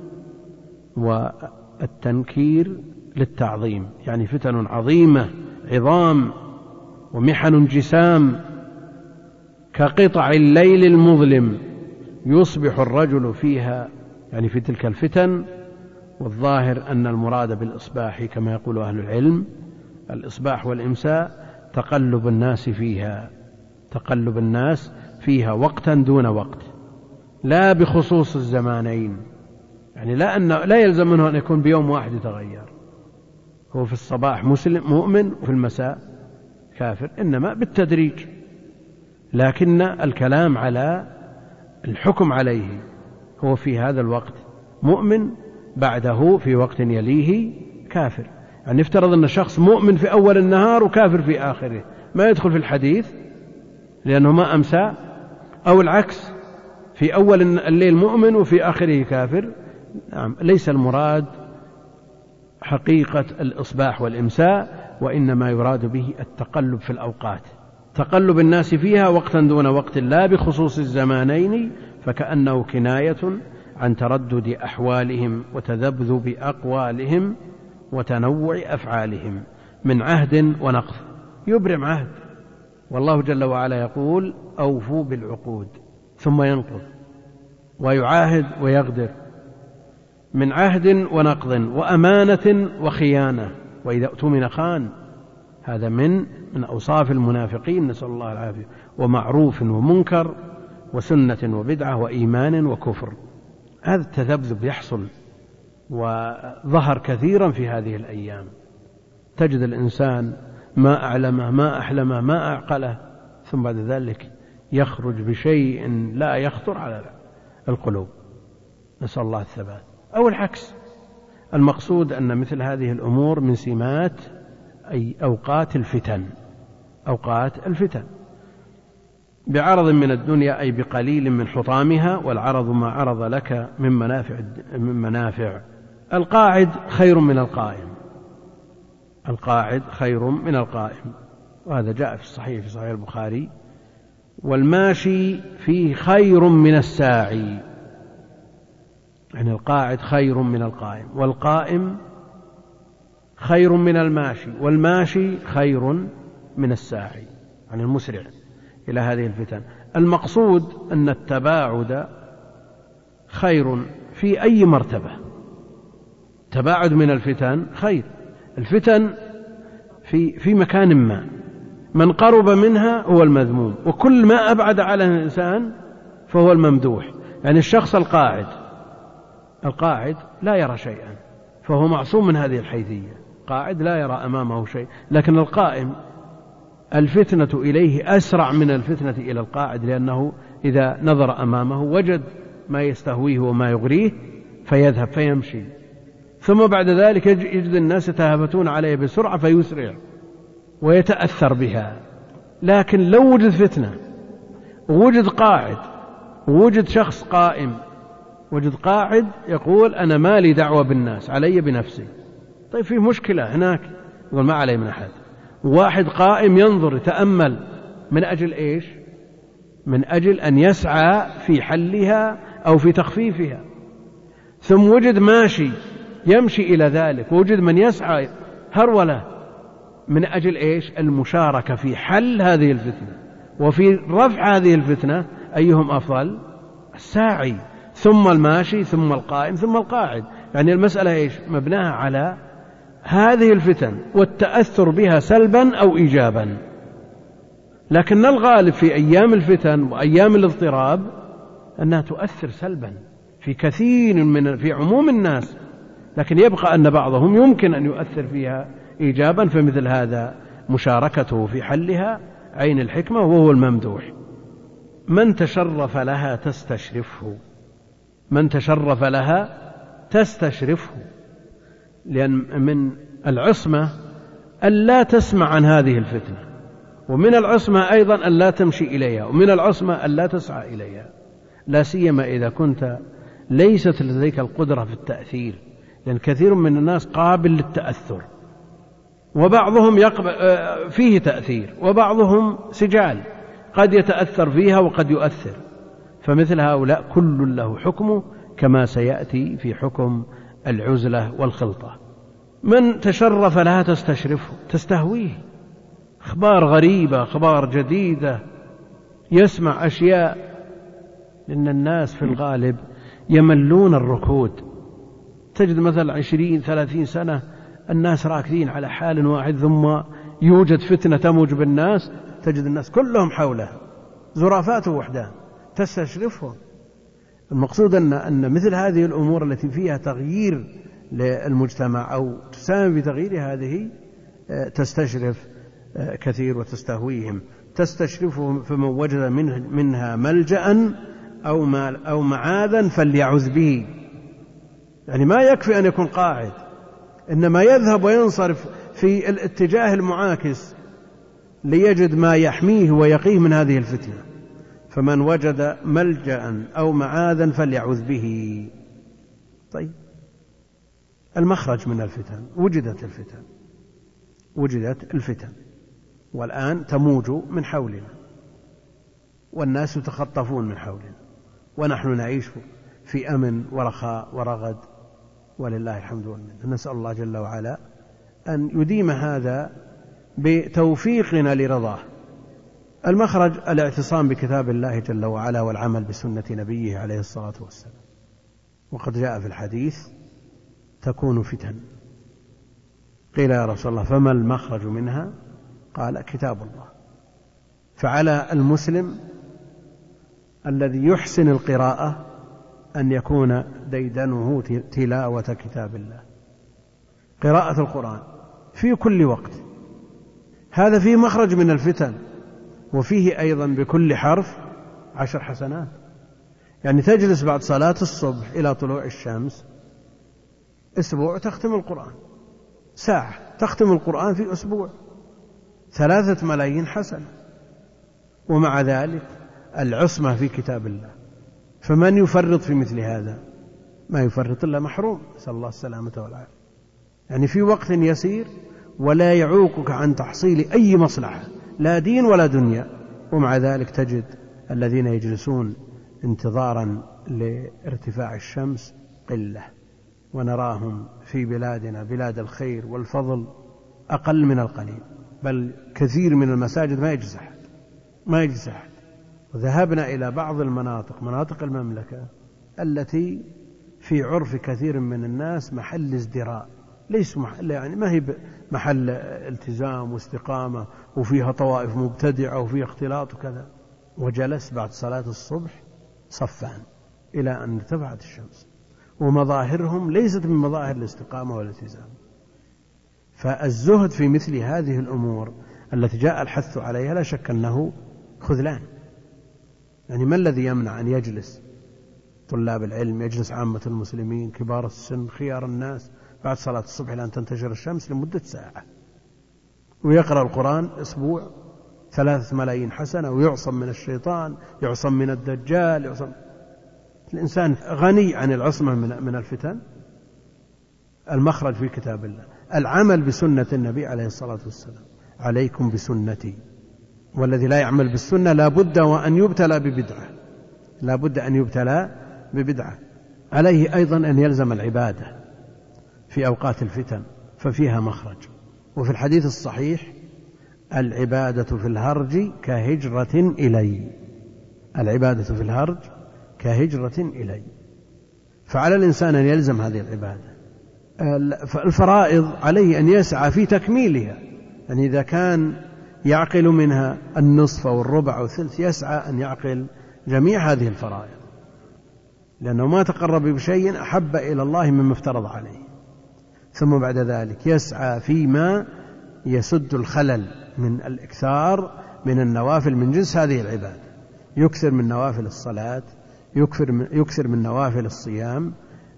والتنكير للتعظيم، يعني فتن عظيمة عظام، ومحن جسام، كقطع الليل المظلم يصبح الرجل فيها، يعني في تلك الفتن. والظاهر أن المراد بالإصباح كما يقول أهل العلم الإصباح والإمساء تقلب الناس فيها، تقلب الناس فيها وقتا دون وقت، لا بخصوص الزمانين، يعني لا يلزم منه أن يكون بيوم واحد يتغير، هو في الصباح مسلم مؤمن وفي المساء كافر، إنما بالتدريج. لكن الكلام على الحكم عليه هو في هذا الوقت مؤمن، بعده في وقت يليه كافر. يعني يفترض أن شخص مؤمن في أول النهار وكافر في آخره، ما يدخل في الحديث لأنه ما أمسى، أو العكس في أول الليل مؤمن وفي آخره كافر. نعم، ليس المراد حقيقة الإصباح والإمساء، وإنما يراد به التقلب في الأوقات، تقلب الناس فيها وقتا دون وقت، لا بخصوص الزمانين، فكأنه كناية عن تردد أحوالهم وتذبذب أقوالهم وتنوع أفعالهم من عهد ونقض. يبرم عهد، والله جل وعلا يقول: أوفوا بالعقود، ثم ينقض ويعاهد ويغدر، من عهد ونقض وأمانة وخيانة، وإذا اؤتمن خان. هذا من أوصاف المنافقين، نسأل الله العافية. ومعروف ومنكر وسنة وبدعة وإيمان وكفر، هذا التذبذب يحصل وظهر كثيرا في هذه الأيام. تجد الإنسان ما أعلمه ما أحلمه ما أعقله، ثم بعد ذلك يخرج بشيء لا يخطر على القلوب، نسأل الله الثبات. أو العكس، المقصود أن مثل هذه الأمور من سمات أي أوقات الفتن بعرض من الدنيا، أي بقليل من حطامها، والعرض ما عرض لك من منافع. القاعد خير من القائم، وهذا جاء في الصحيح في صحيح البخاري. والماشي فيه خير من الساعي، يعني القاعد خير من القائم، والقائم خير من الماشي، والماشي خير من الساعي، يعني المسرع إلى هذه الفتن. المقصود أن التباعد خير في أي مرتبة، تباعد من الفتن خير. الفتن في مكان ما، من قرب منها هو المذموم، وكل ما أبعد على الإنسان فهو الممدوح. يعني الشخص القاعد لا يرى شيئا، فهو معصوم من هذه الحيثية، قاعد لا يرى أمامه شيء. لكن القائم الفتنة إليه أسرع من الفتنة إلى القاعد، لأنه إذا نظر أمامه وجد ما يستهويه وما يغريه فيذهب فيمشي، ثم بعد ذلك يجد الناس يتهافتون عليه بسرعة فيسرع ويتأثر بها. لكن لو وجد فتنة ووجد قاعد ووجد شخص قائم، وجد قاعد يقول أنا ما لي دعوة بالناس، علي بنفسي. طيب في مشكلة هناك، يقول ما علي من أحد. واحد قائم ينظر يتأمل، من أجل إيش؟ من أجل أن يسعى في حلها أو في تخفيفها. ثم وجد ماشي يمشي إلى ذلك، ووجد من يسعى هرولة، من أجل إيش؟ المشاركة في حل هذه الفتنة وفي رفع هذه الفتنة. أيهم أفضل؟ الساعي، ثم الماشي، ثم القائم، ثم القاعد. يعني المسألة إيش؟ مبناها على هذه الفتن والتأثر بها سلبا أو إيجابا. لكن الغالب في أيام الفتن وأيام الاضطراب أنها تؤثر سلبا في كثير في عموم الناس، لكن يبقى أن بعضهم يمكن أن يؤثر فيها إيجابا، فمثل هذا مشاركته في حلها عين الحكمة وهو الممدوح. من تشرف لها تستشرفه، لأن من العصمة ألا تسمع عن هذه الفتنة، ومن العصمة أيضا ألا تمشي إليها، ومن العصمة ألا تسعى إليها، لا سيما إذا كنت ليست لديك القدرة في التأثير، لأن كثير من الناس قابل للتأثر، وبعضهم فيه تأثير، وبعضهم سجال قد يتأثر فيها وقد يؤثر. فمثل هؤلاء كل له حكمه، كما سيأتي في حكم العزلة والخلطة. من تشرف لها تستهويه، أخبار غريبة، أخبار جديدة، يسمع أشياء. لأن الناس في الغالب يملون الركود. تجد مثلا 20-30 سنة الناس راكدين على حال واحد، ثم يوجد فتنة تموج بالناس، تجد الناس كلهم حوله زرافات وحدان تستشرفهم. المقصود أن مثل هذه الأمور التي فيها تغيير للمجتمع أو تساهم بتغيير هذه تستشرف كثير وتستهويهم. تستشرفهم فمن وجد منها ملجأ أو معاذا فليعذ به. يعني ما يكفي أن يكون قاعد، إنما يذهب وينصرف في الاتجاه المعاكس ليجد ما يحميه ويقيه من هذه الفتنة. فمن وجد ملجأ أو معاذا فليعذ به. طيب، المخرج من الفتن، وجدت الفتن والآن تموج من حولنا، والناس يتخطفون من حولنا، ونحن نعيش في أمن ورخاء ورغد، ولله الحمد والمنة. نسأل الله جل وعلا أن يديم هذا بتوفيقنا لرضاه. المخرج الاعتصام بكتاب الله جل وعلا والعمل بسنة نبيه عليه الصلاة والسلام. وقد جاء في الحديث تكون فتن. قيل يا رسول الله فما المخرج منها؟ قال كتاب الله. فعلى المسلم الذي يحسن القراءة أن يكون ديدنه تلاوة كتاب الله، قراءة القرآن في كل وقت. هذا فيه مخرج من الفتن، وفيه أيضا بكل حرف 10 حسنات. يعني تجلس بعد صلاة الصبح إلى طلوع الشمس أسبوع تختم القرآن، ساعة تختم القرآن في أسبوع، 3 ملايين حسنة. ومع ذلك العصمة في كتاب الله، فمن يفرط في مثل هذا؟ ما يفرط إلا محروم، نسأل الله السلامة والعافية. يعني في وقت يسير ولا يعوقك عن تحصيل أي مصلحة، لا دين ولا دنيا، ومع ذلك تجد الذين يجلسون انتظارا لارتفاع الشمس قلة، ونراهم في بلادنا بلاد الخير والفضل أقل من القليل، بل كثير من المساجد ما يجلس أحد. وذهبنا إلى بعض المناطق، مناطق المملكة التي في عرف كثير من الناس محل ازدراء، ليس محل، يعني ما هي محل التزام واستقامة، وفيها طوائف مبتدعة وفيها اختلاط وكذا. وجلس بعد صلاة الصبح صفان إلى أن ارتفعت الشمس، ومظاهرهم ليست من مظاهر الاستقامة والالتزام. فالزهد في مثل هذه الأمور التي جاء الحث عليها لا شك أنه خذلان. يعني ما الذي يمنع أن يجلس طلاب العلم، يجلس عامة المسلمين، كبار السن، خيار الناس، بعد صلاة الصبح إلى أن تنتشر الشمس لمدة ساعة، ويقرأ القرآن أسبوع، 3 ملايين حسنة، ويعصم من الشيطان، يعصم من الدجال، يعصم. الإنسان غني عن العصمة من الفتن. المخرج في كتاب الله، العمل بسنة النبي عليه الصلاة والسلام، عليكم بسنتي. والذي لا يعمل بالسنة لا بد وأن يبتلى ببدعة، لا بد أن يبتلى ببدعة. عليه أيضا أن يلزم العبادة في أوقات الفتن، ففيها مخرج. وفي الحديث الصحيح العبادة في الهرج كهجرة إلي، العبادة في الهرج كهجرة إلي. فعلى الإنسان أن يلزم هذه العبادة. الفرائض عليه أن يسعى في تكميلها، يعني إذا كان يعقل منها النصف أو الربع أو الثلث يسعى أن يعقل جميع هذه الفرائض، لأنه ما تقرب بشيء أحب إلى الله مما افترض عليه. ثم بعد ذلك يسعى فيما يسد الخلل من الإكثار من النوافل من جنس هذه العبادة، يكثر من نوافل الصلاة، يكثر من نوافل الصيام،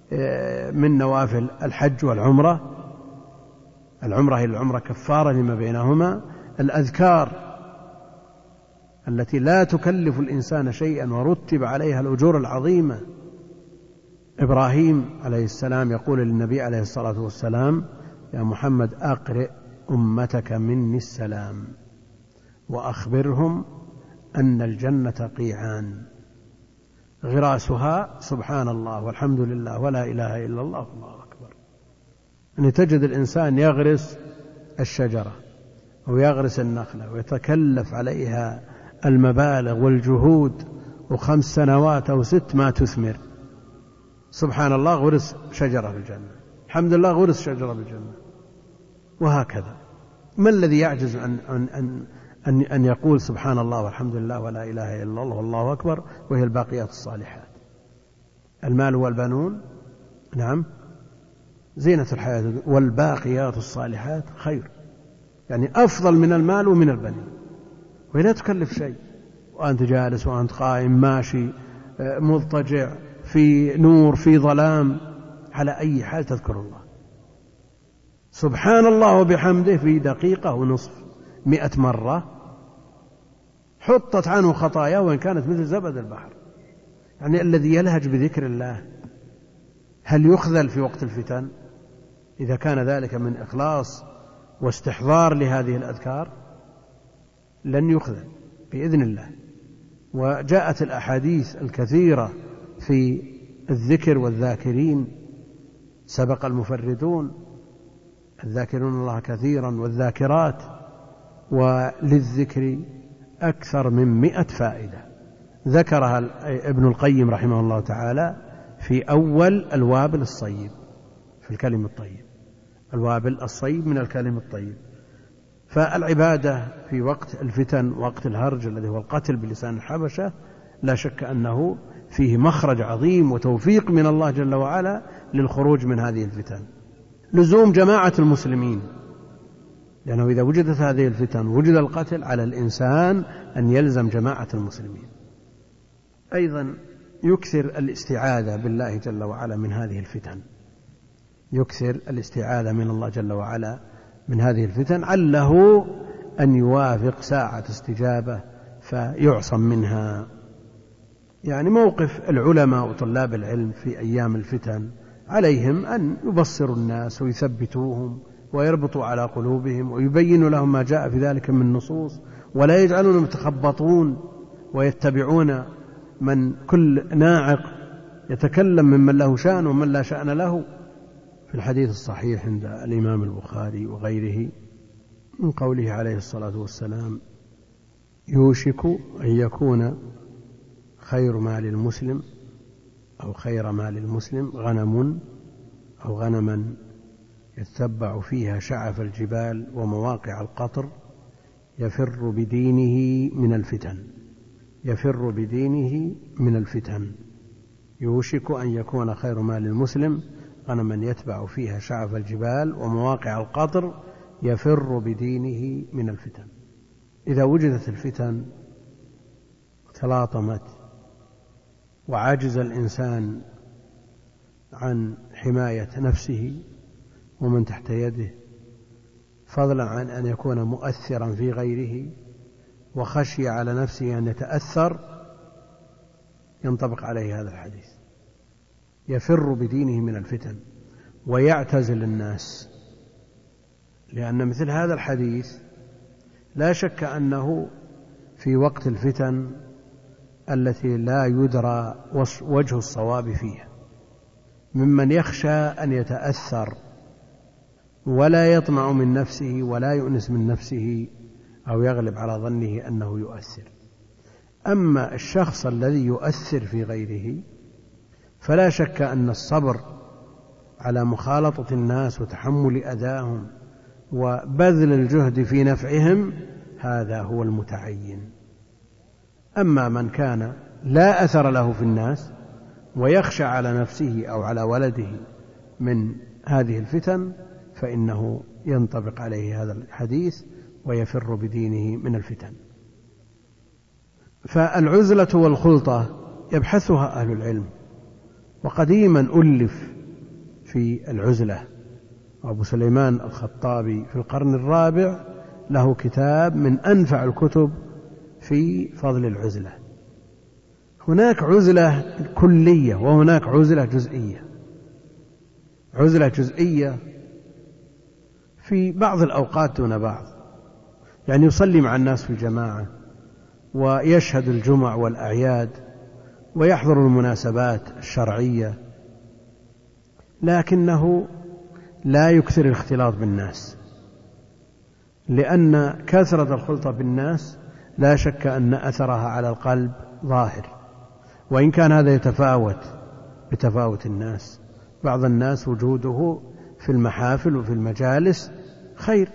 من نوافل الحج والعمرة. العمرة هي العمرة كفارة لما بينهما، الأذكار التي لا تكلف الإنسان شيئا ورتب عليها الأجور العظيمة. إبراهيم عليه السلام يقول للنبي عليه الصلاة والسلام: يا محمد أقرئ أمتك مني السلام وأخبرهم أن الجنة قيعان غراسها سبحان الله والحمد لله ولا إله إلا الله والله أكبر. أن تجد الإنسان يغرس الشجرة أو يغرس النخلة ويتكلف عليها المبالغ والجهود، و5 سنوات أو 6 ما تثمر. سبحان الله غرس شجرة في الجنة، الحمد لله غرس شجرة في الجنة، وهكذا. ما الذي يعجز أن يقول سبحان الله والحمد لله ولا إله إلا الله والله أكبر وهي الباقيات الصالحات؟ المال والبنون نعم زينة الحياة، والباقيات الصالحات خير، يعني أفضل من المال ومن البنين، وهي لا تكلف شيء، وأنت جالس وأنت قائم ماشي مضطجع في نور في ظلام، على أي حال تذكر الله سبحان الله وبحمده في دقيقة ونصف 100 مرة، حطت عنه خطاياه وإن كانت مثل زبد البحر. يعني الذي يلهج بذكر الله هل يخذل في وقت الفتن؟ إذا كان ذلك من إخلاص واستحضار لهذه الأذكار لن يخذل بإذن الله. وجاءت الأحاديث الكثيرة في الذكر والذاكرين، سبق المفردون الذاكرون الله كثيرا والذاكرات، وللذكر أكثر من 100 فائدة ذكرها ابن القيم رحمه الله تعالى في أول الوابل الصيب في الكلم الطيب، الوابل الصيب من الكلم الطيب. فالعبادة في وقت الفتن، وقت الهرج الذي هو القتل بلسان الحبشة، لا شك أنه فيه مخرج عظيم وتوفيق من الله جل وعلا للخروج من هذه الفتن. لزوم جماعة المسلمين، لأنه إذا وجدت هذه الفتن وجد القتل، على الإنسان أن يلزم جماعة المسلمين. أيضا يكثر الاستعاذة بالله جل وعلا من هذه الفتن، يكثر الاستعاذة من الله جل وعلا من هذه الفتن، عله أن يوافق ساعة استجابة فيعصم منها. يعني موقف العلماء وطلاب العلم في أيام الفتن، عليهم أن يبصروا الناس ويثبتوهم ويربطوا على قلوبهم ويبينوا لهم ما جاء في ذلك من نصوص، ولا يجعلونهم يتخبطون ويتبعون من كل ناعق يتكلم ممن له شأن ومن لا شأن له. في الحديث الصحيح عند الإمام البخاري وغيره من قوله عليه الصلاة والسلام: يوشك أن يكون خير مال المسلم أو خير مال المسلم غنم أو غنما يتبع فيها شعف الجبال ومواقع القطر يفر بدينه من الفتن، يفر بدينه من الفتن. يوشك أن يكون خير مال المسلم غنما يتبع فيها شعف الجبال ومواقع القطر يفر بدينه من الفتن. إذا وجدت الفتن تلاطمت وعجز الإنسان عن حماية نفسه ومن تحت يده، فضلا عن أن يكون مؤثرا في غيره، وخشي على نفسه أن يتأثر، ينطبق عليه هذا الحديث: يفر بدينه من الفتن ويعتزل الناس. لأن مثل هذا الحديث لا شك أنه في وقت الفتن التي لا يدرى وجه الصواب فيها، ممن يخشى أن يتأثر ولا يطمع من نفسه ولا يؤنس من نفسه أو يغلب على ظنه أنه يؤثر. أما الشخص الذي يؤثر في غيره فلا شك أن الصبر على مخالطة الناس وتحمل أذاهم وبذل الجهد في نفعهم هذا هو المتعين. أما من كان لا أثر له في الناس ويخشى على نفسه أو على ولده من هذه الفتن فإنه ينطبق عليه هذا الحديث ويفر بدينه من الفتن. فالعزلة والخلطة يبحثها أهل العلم، وقديما ألف في العزلة. أبو سليمان الخطابي في القرن الرابع له كتاب من أنفع الكتب في فضل العزلة. هناك عزلة كلية وهناك عزلة جزئية. عزلة جزئية في بعض الأوقات دون بعض، يعني يصلي مع الناس في جماعة ويشهد الجمع والأعياد ويحضر المناسبات الشرعية، لكنه لا يكثر الاختلاط بالناس، لأن كثرة الخلطة بالناس لا شك أن أثرها على القلب ظاهر، وإن كان هذا يتفاوت بتفاوت الناس. بعض الناس وجوده في المحافل وفي المجالس خير،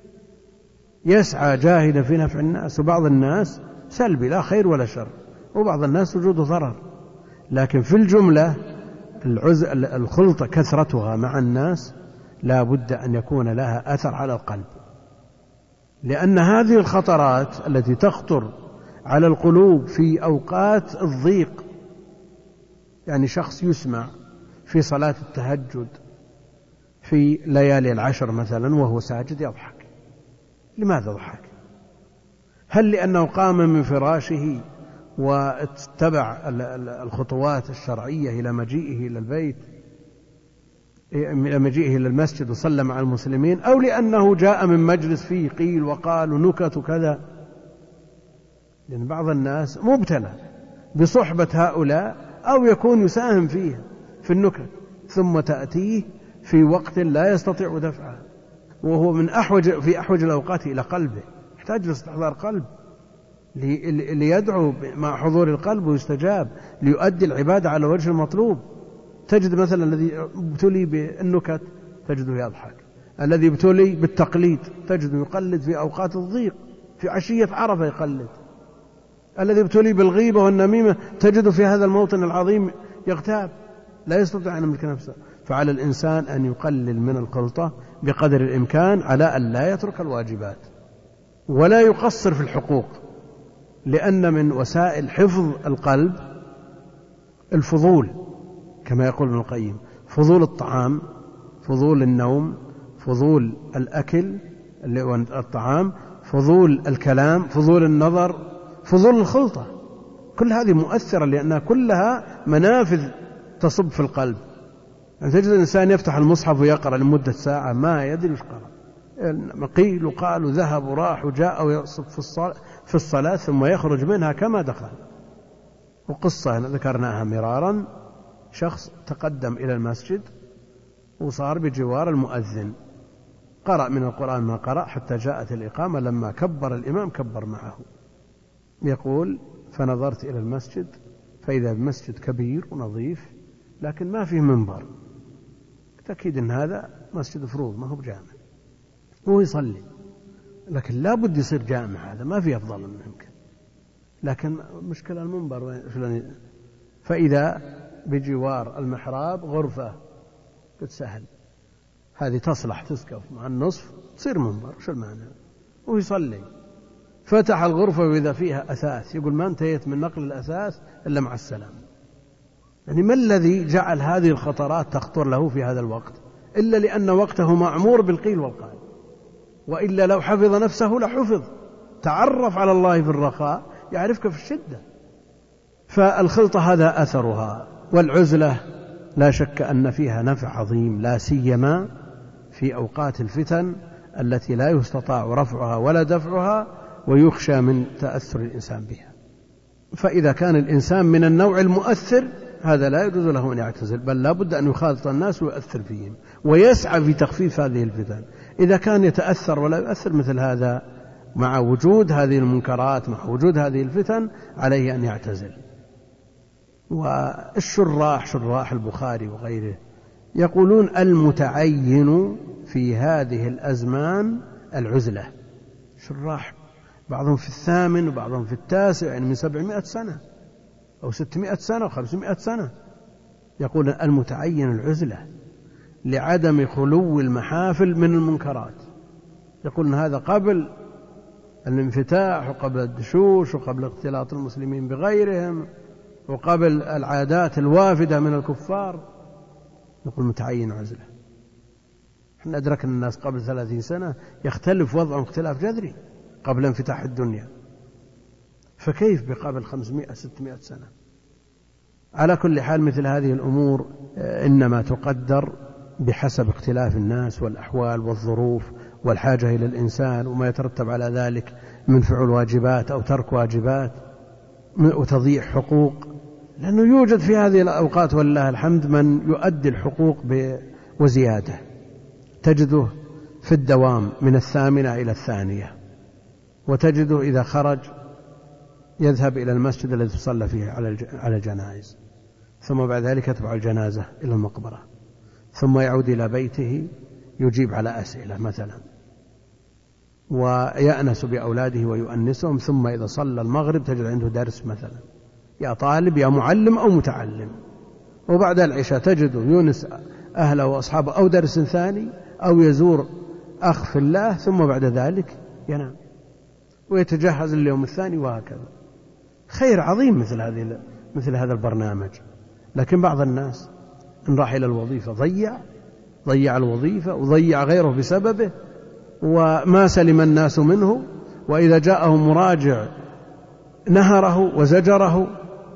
يسعى جاهدا في نفع الناس، وبعض الناس سلبي لا خير ولا شر، وبعض الناس وجوده ضرر. لكن في الجملة الخلطة كثرتها مع الناس لا بد أن يكون لها أثر على القلب، لأن هذه الخطرات التي تخطر على القلوب في أوقات الضيق، يعني شخص يسمع في صلاة التهجد في ليالي العشر مثلا وهو ساجد يضحك. لماذا ضحك؟ هل لأنه قام من فراشه واتبع الخطوات الشرعية إلى مجيئه إلى البيت، إلى مجيئه إلى المسجد وصلى مع المسلمين، أو لأنه جاء من مجلس فيه قيل وقال ونكت وكذا؟ لأن بعض الناس مبتلى بصحبة هؤلاء أو يكون يساهم فيه في النكت، ثم تأتيه في وقت لا يستطيع دفعه، وهو من في أحوج الأوقات إلى قلبه، يحتاج لاستحضار قلب ليدعو مع حضور القلب ويستجاب ليؤدي العبادة على وجه المطلوب. تجد مثلا الذي ابتلي بالنكت تجده يضحك، الذي يبتلي بالتقليد تجده يقلد في أوقات الضيق، في عشية عرفة يقلد. الذي يبتلي بالغيبة والنميمة تجده في هذا الموطن العظيم يغتاب، لا يستطيع أن يملك نفسه. فعلى الإنسان أن يقلل من الخلطة بقدر الإمكان على أن لا يترك الواجبات ولا يقصر في الحقوق، لأن من وسائل حفظ القلب الفضول، كما يقول ابن القيم: فضول الطعام، فضول النوم، فضول الأكل اللي هو الطعام، فضول الكلام، فضول النظر، فضول الخلطة. كل هذه مؤثرة لأنها كلها منافذ تصب في القلب. يعني تجد الإنسان يفتح المصحف ويقرأ لمدة ساعة ما يدري وش قرأ، قيل وقال وذهب وراح وجاء ويصب في الصلاة ثم يخرج منها كما دخل. وقصة ذكرناها مرارا: شخص تقدم إلى المسجد وصار بجوار المؤذن، قرأ من القرآن ما قرأ حتى جاءت الإقامة، لما كبر الإمام كبر معه. يقول: فنظرت إلى المسجد فإذا بمسجد كبير ونظيف لكن ما فيه منبر، تأكيد أن هذا مسجد فروض ما هو بجامع، هو يصلي، لكن لا بد يصير جامع، هذا ما فيه أفضل منه يمكن، لكن مشكلة المنبر. فإذا بجوار المحراب غرفة قد سهل، هذه تصلح تسقف مع النصف تصير منبر، شو المعنى؟ ويصلي، فتح الغرفة وإذا فيها أثاث، يقول: ما انتهيت من نقل الأثاث إلا مع السلام. يعني ما الذي جعل هذه الخطرات تخطر له في هذا الوقت إلا لأن وقته معمور بالقيل والقال، وإلا لو حفظ نفسه لحفظ. تعرف على الله في الرخاء يعرفك في الشدة. فالخلطة هذا أثرها. والعزلة لا شك أن فيها نفع عظيم، لا سيما في أوقات الفتن التي لا يستطاع رفعها ولا دفعها ويخشى من تأثر الإنسان بها. فإذا كان الإنسان من النوع المؤثر هذا لا يجوز له أن يعتزل، بل لا بد أن يخالط الناس ويؤثر فيهم ويسعى في تخفيف هذه الفتن. إذا كان يتأثر ولا يؤثر مثل هذا مع وجود هذه المنكرات، مع وجود هذه الفتن، عليه أن يعتزل. شراح البخاري وغيره يقولون: المتعين في هذه الأزمان العزلة. شراح بعضهم في 8 وبعضهم في 9، يعني من 700 سنة أو 600 سنة أو 500 سنة، يقول: المتعين العزلة لعدم خلو المحافل من المنكرات. يقول: هذا قبل الانفتاح وقبل الدشوش وقبل اختلاط المسلمين بغيرهم وقبل العادات الوافدة من الكفار. يقول: متعين عزلة. احنا أدركنا الناس قبل 30 سنة يختلف وضعهم اختلاف جذري قبل انفتاح الدنيا، فكيف بقبل 500-600 سنة؟ على كل حال مثل هذه الأمور إنما تقدر بحسب اختلاف الناس والأحوال والظروف والحاجة إلى الإنسان وما يترتب على ذلك من فعل واجبات أو ترك واجبات وتضييع حقوق، لأنه يوجد في هذه الأوقات ولله الحمد من يؤدي الحقوق وزيادة، تجده في الدوام من 8 إلى 2، وتجده إذا خرج يذهب إلى المسجد الذي تصلى فيه على الجنائز، ثم بعد ذلك يتبع الجنازة إلى المقبرة، ثم يعود إلى بيته يجيب على أسئلة مثلا، ويأنس بأولاده ويؤنسهم، ثم إذا صلى المغرب تجد عنده درس مثلا، يا طالب يا معلم أو متعلم، وبعد العشاء تجده يونس أهله وأصحابه أو درس ثاني أو يزور أخ في الله، ثم بعد ذلك ينام ويتجهز اليوم الثاني، وهكذا. خير عظيم مثل هذا البرنامج. لكن بعض الناس إن راح إلى الوظيفة ضيع الوظيفة وضيع غيره بسببه، وما سلم الناس منه، وإذا جاءه مراجع نهره وزجره،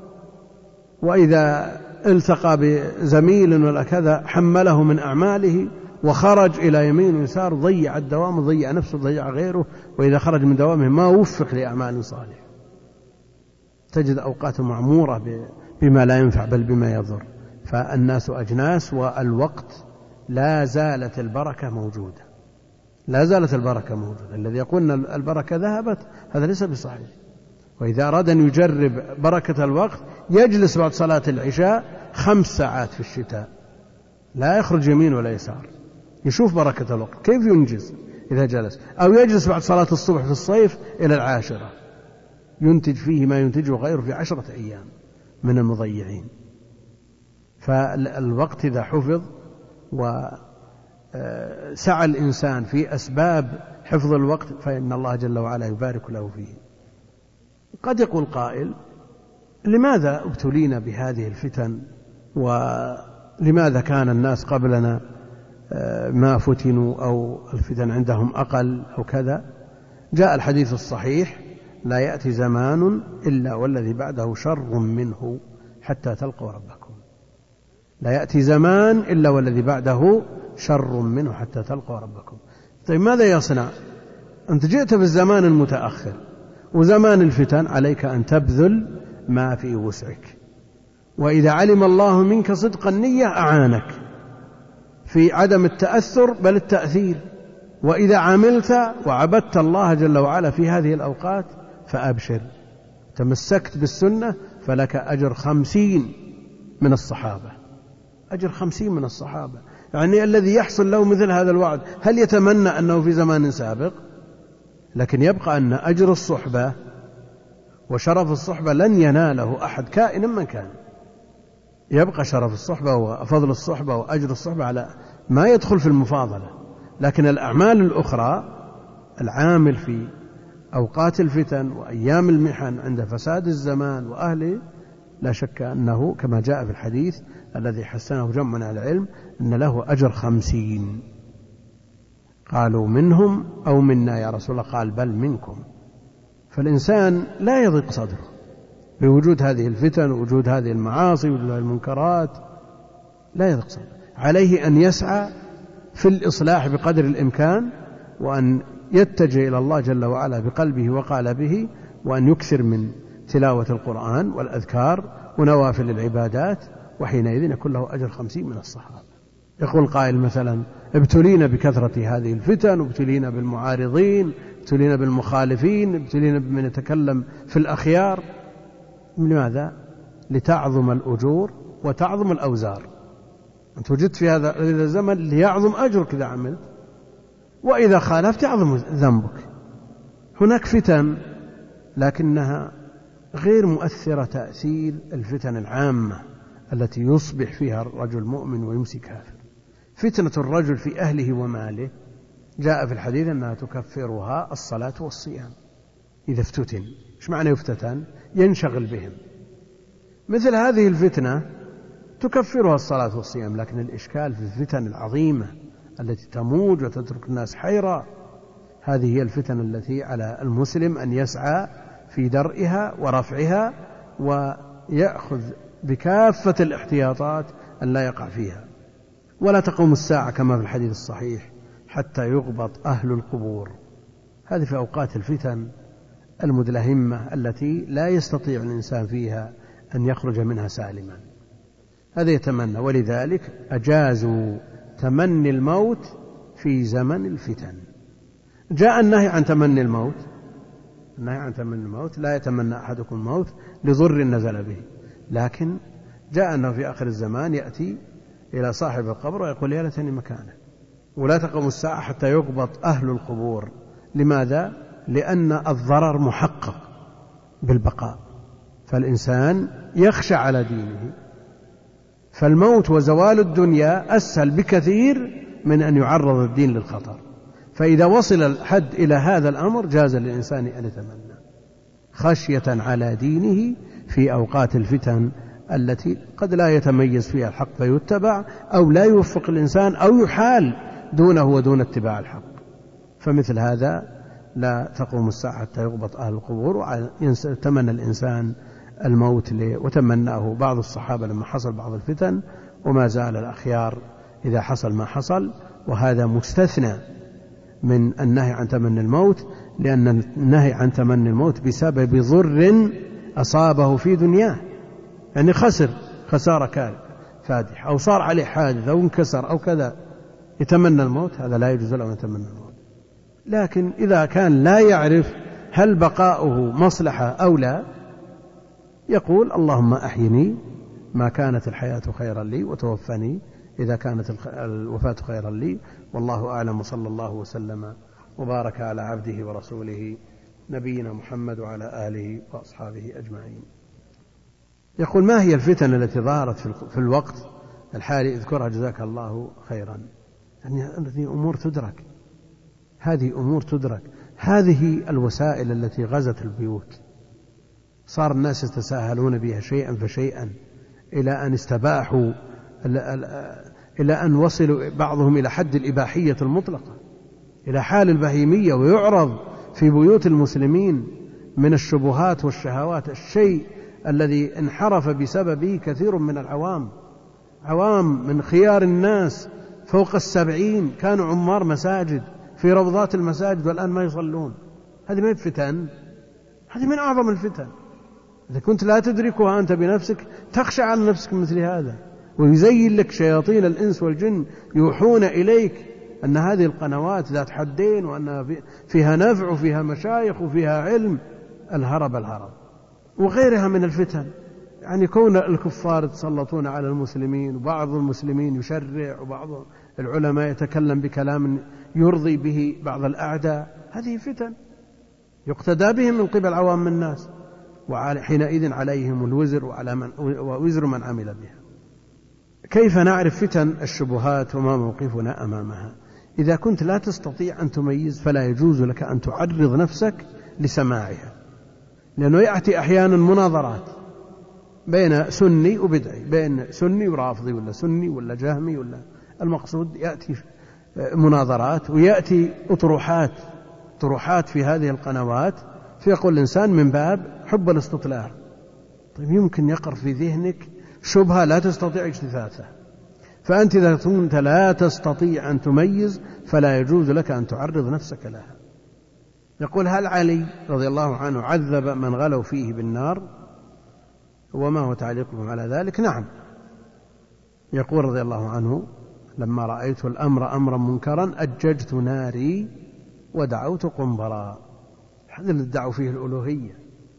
وإذا التقى بزميل ولا كذا حمله من أعماله وخرج إلى يمين ويسار، ضيع الدوام وضيع نفسه وضيع غيره، وإذا خرج من دوامه ما وفق لأعمال صالحة. تجد أوقات معمورة بما لا ينفع بل بما يضر. فالناس أجناس، والوقت لا زالت البركة موجودة، لا زالت البركة موجودة. الذي يقول أن البركة ذهبت هذا ليس بصحيح. وإذا أراد أن يجرب بركة الوقت يجلس بعد صلاة العشاء 5 ساعات في الشتاء، لا يخرج يمين ولا يسار، يشوف بركة الوقت كيف ينجز إذا جلس، أو يجلس بعد صلاة الصبح في الصيف إلى 10 ينتج فيه ما ينتجه غيره في 10 أيام من المضيعين. فالوقت إذا حفظ وسعى الإنسان في أسباب حفظ الوقت فإن الله جل وعلا يبارك له فيه. قد يقول قائل: لماذا ابتلينا بهذه الفتن، ولماذا كان الناس قبلنا ما فتنوا أو الفتن عندهم أقل أو كذا؟ جاء الحديث الصحيح: لا يأتي زمان إلا والذي بعده شر منه حتى تلقوا ربكم. لا يأتي زمان إلا والذي بعده شر منه حتى تلقوا ربكم. طيب ماذا يصنع؟ أنت جئت بالزمان المتأخر وزمان الفتن، عليك أن تبذل ما في وسعك، وإذا علم الله منك صدق النية أعانك في عدم التأثر بل التأثير. وإذا عملت وعبدت الله جل وعلا في هذه الأوقات فأبشر، تمسكت بالسنة فلك أجر 50 من الصحابة، أجر 50 من الصحابة. يعني الذي يحصل له مثل هذا الوعد هل يتمنى أنه في زمان سابق؟ لكن يبقى أن أجر الصحبة وشرف الصحبة لن يناله أحد كائنا من كان. يبقى شرف الصحبة وفضل الصحبة وأجر الصحبة على ما يدخل في المفاضلة، لكن الأعمال الأخرى العامل في أوقات الفتن وأيام المحن عند فساد الزمان وأهله لا شك أنه كما جاء في الحديث الذي حسنه جمع من العلم أن له أجر 50. قالوا: منهم أو منا يا رسول الله؟ قال: بل منكم. فالإنسان لا يضيق صدره بوجود هذه الفتن ووجود هذه المعاصي ووجود المنكرات، لا يضيق صدره. عليه أن يسعى في الإصلاح بقدر الإمكان، وأن يتجه إلى الله جل وعلا بقلبه وقالبه، وأن يكثر من تلاوة القرآن والأذكار ونوافل العبادات، وحينئذ يكون له أجر 50 من الصحابة. يقول قائل مثلا: ابتلينا بكثرة هذه الفتن، وابتلينا بالمعارضين، ابتلينا بالمخالفين، ابتلينا بمن يتكلم في الأخيار. لماذا؟ لتعظم الأجور وتعظم الأوزار. أنت وجدت في هذا الزمن ليعظم أجرك إذا عملت، وإذا خالفت يعظم ذنبك. هناك فتن لكنها غير مؤثرة تأثير الفتن العامة التي يصبح فيها الرجل مؤمن ويمسي كافر. فتنة الرجل في أهله وماله جاء في الحديث أنها تكفرها الصلاة والصيام إذا افتتن. إيش معنى يفتتن؟ ينشغل بهم. مثل هذه الفتنة تكفرها الصلاة والصيام، لكن الإشكال في الفتن العظيمة التي تموج وتترك الناس حيرة. هذه هي الفتن التي على المسلم أن يسعى في درئها ورفعها، ويأخذ بكافة الاحتياطات أن لا يقع فيها. ولا تقوم الساعة كما في الحديث الصحيح حتى يغبط أهل القبور. هذه في أوقات الفتن المدلهمة التي لا يستطيع الإنسان فيها أن يخرج منها سالما. هذا يتمنى، ولذلك أجازوا تمني الموت في زمن الفتن. جاء النهي عن تمني الموت، النهي عن تمني الموت، لا يتمنى أحدكم الموت لضر نزل به، لكن جاء أنه في آخر الزمان يأتي إلى صاحب القبر ويقول: يا ليتني مكانه. ولا تقوم الساعة حتى يقبض أهل القبور. لماذا؟ لأن الضرر محقق بالبقاء، فالإنسان يخشى على دينه، فالموت وزوال الدنيا أسهل بكثير من أن يعرض الدين للخطر. فإذا وصل الحد إلى هذا الأمر جاز للإنسان أن يتمنى خشية على دينه في أوقات الفتن التي قد لا يتميز فيها الحق فيتبع، أو لا يوفق الإنسان أو يحال دونه ودون اتباع الحق. فمثل هذا لا تقوم الساعة حتى يغبط أهل القبور. وتمنى الإنسان الموت وتمناه بعض الصحابة لما حصل بعض الفتن، وما زال الأخيار إذا حصل ما حصل. وهذا مستثنى من النهي عن تمني الموت، لأن النهي عن تمني الموت بسبب ضر أصابه في دنياه، يعني خسر خسارة فادحة، أو صار عليه حادث أو انكسر أو كذا، يتمنى الموت، هذا لا يجوز له أن يتمنى الموت. لكن إذا كان لا يعرف هل بقاؤه مصلحة أو لا، يقول: اللهم أحيني ما كانت الحياة خيرا لي وتوفني إذا كانت الوفاة خيرا لي. والله أعلم، وصلى الله وسلم وبارك على عبده ورسوله نبينا محمد وعلى آله وأصحابه أجمعين. يقول: ما هي الفتن التي ظهرت في الوقت الحالي؟ اذكرها جزاك الله خيرا. يعني هذه أمور تدرك، هذه أمور تدرك. هذه الوسائل التي غزت البيوت صار الناس يتساهلون بها شيئا فشيئا إلى أن استباحوا، إلى أن وصلوا بعضهم إلى حد الإباحية المطلقة، إلى حال البهيمية، ويعرض في بيوت المسلمين من الشبهات والشهوات الشيء الذي انحرف بسببه كثير من العوام. عوام من خيار الناس فوق 70 كانوا عمار مساجد في روضات المساجد والآن ما يصلون. هذه ما هي فتن؟ هذه من أعظم الفتن. إذا كنت لا تدركها أنت بنفسك تخشى على نفسك مثل هذا، ويزين لك شياطين الإنس والجن يوحون إليك أن هذه القنوات ذات حدين، وأنها فيها نفع وفيها مشايخ وفيها علم. الهرب وغيرها من الفتن. يعني كون الكفار يتسلطون على المسلمين، وبعض المسلمين يشرع، وبعض العلماء يتكلم بكلام يرضي به بعض الأعداء، هذه فتن يقتدى بهم من قبل عوام الناس، وحينئذ عليهم الوزر ووزر من عمل بها. كيف نعرف فتن الشبهات وما موقفنا أمامها؟ إذا كنت لا تستطيع أن تميز فلا يجوز لك أن تعرض نفسك لسماعها، لأنه يأتي أحيانا مناظرات بين سني وبدعي، بين سني ورافضي، ولا سني ولا جهمي، ولا المقصود يأتي مناظرات، ويأتي طروحات في هذه القنوات، فيقول الإنسان من باب حب الاستطلاع. طيب يمكن يقر في ذهنك شبهة لا تستطيع اجتثاثها، فأنت إذا كنت لا تستطيع أن تميز فلا يجوز لك أن تعرض نفسك لها. يقول: هل علي رضي الله عنه عذب من غلوا فيه بالنار؟ وما هو تعليقكم على ذلك؟ نعم. يقول رضي الله عنه: لما رأيت الأمر أمرا منكرا أججت ناري ودعوت قنبرا. هذا اللي ادعوا فيه الألوهية.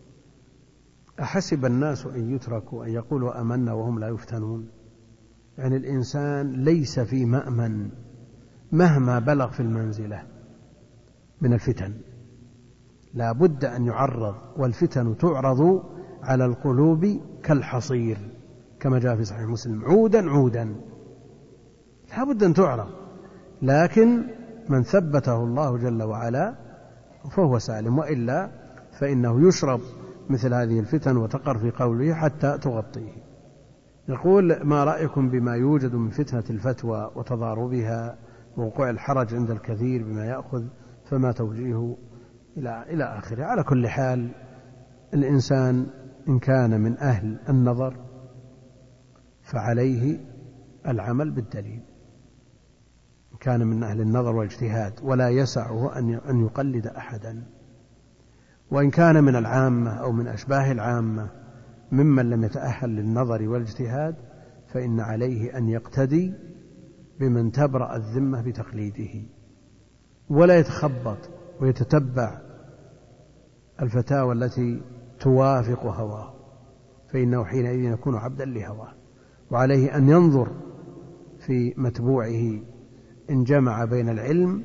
أحسب الناس أن يتركوا أن يقولوا آمنا وهم لا يفتنون؟ يعني الإنسان ليس في مأمن مهما بلغ في المنزلة من الفتن، لا بد أن يعرض، والفتن تعرض على القلوب كالحصير، كما جاء في صحيح مسلم: عودا عودا، لا بد أن تعرض. لكن من ثبته الله جل وعلا فهو سالم، وإلا فإنه يشرب مثل هذه الفتن وتقر في قوله حتى تغطيه. يقول: ما رأيكم بما يوجد من فتنة الفتوى وتضاربها ووقوع الحرج عند الكثير بما يأخذ، فما توجيهه إلى آخره. على كل حال الإنسان إن كان من أهل النظر فعليه العمل بالدليل، إن كان من أهل النظر والاجتهاد، ولا يسعه أن يقلد أحدا. وإن كان من العامة أو من أشباه العامة ممن لم يتأهل للنظر والاجتهاد، فإن عليه أن يقتدي بمن تبرأ الذمة بتقليده، ولا يتخبط ويتتبع الفتاوى التي توافق هواه، فإنه حينئذ يكون عبدا لهواه. وعليه أن ينظر في متبوعه إن جمع بين العلم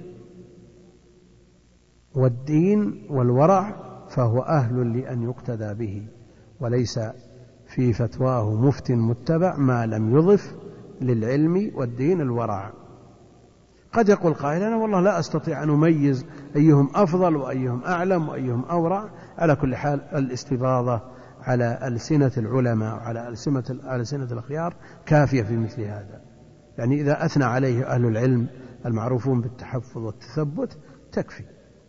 والدين والورع فهو أهل لأن يقتدى به، وليس في فتواه مفت متبع ما لم يضف للعلم والدين الورع. قد يقول قائل: أنا والله لا أستطيع أن أميز أيهم أفضل وأيهم أعلم وأيهم أورع. على كل حال الاستفاضة على ألسنة العلماء وعلى ألسنة الأخيار كافية في مثل هذا. يعني إذا أثنى عليه أهل العلم المعروفون بالتحفظ والتثبت تكفي.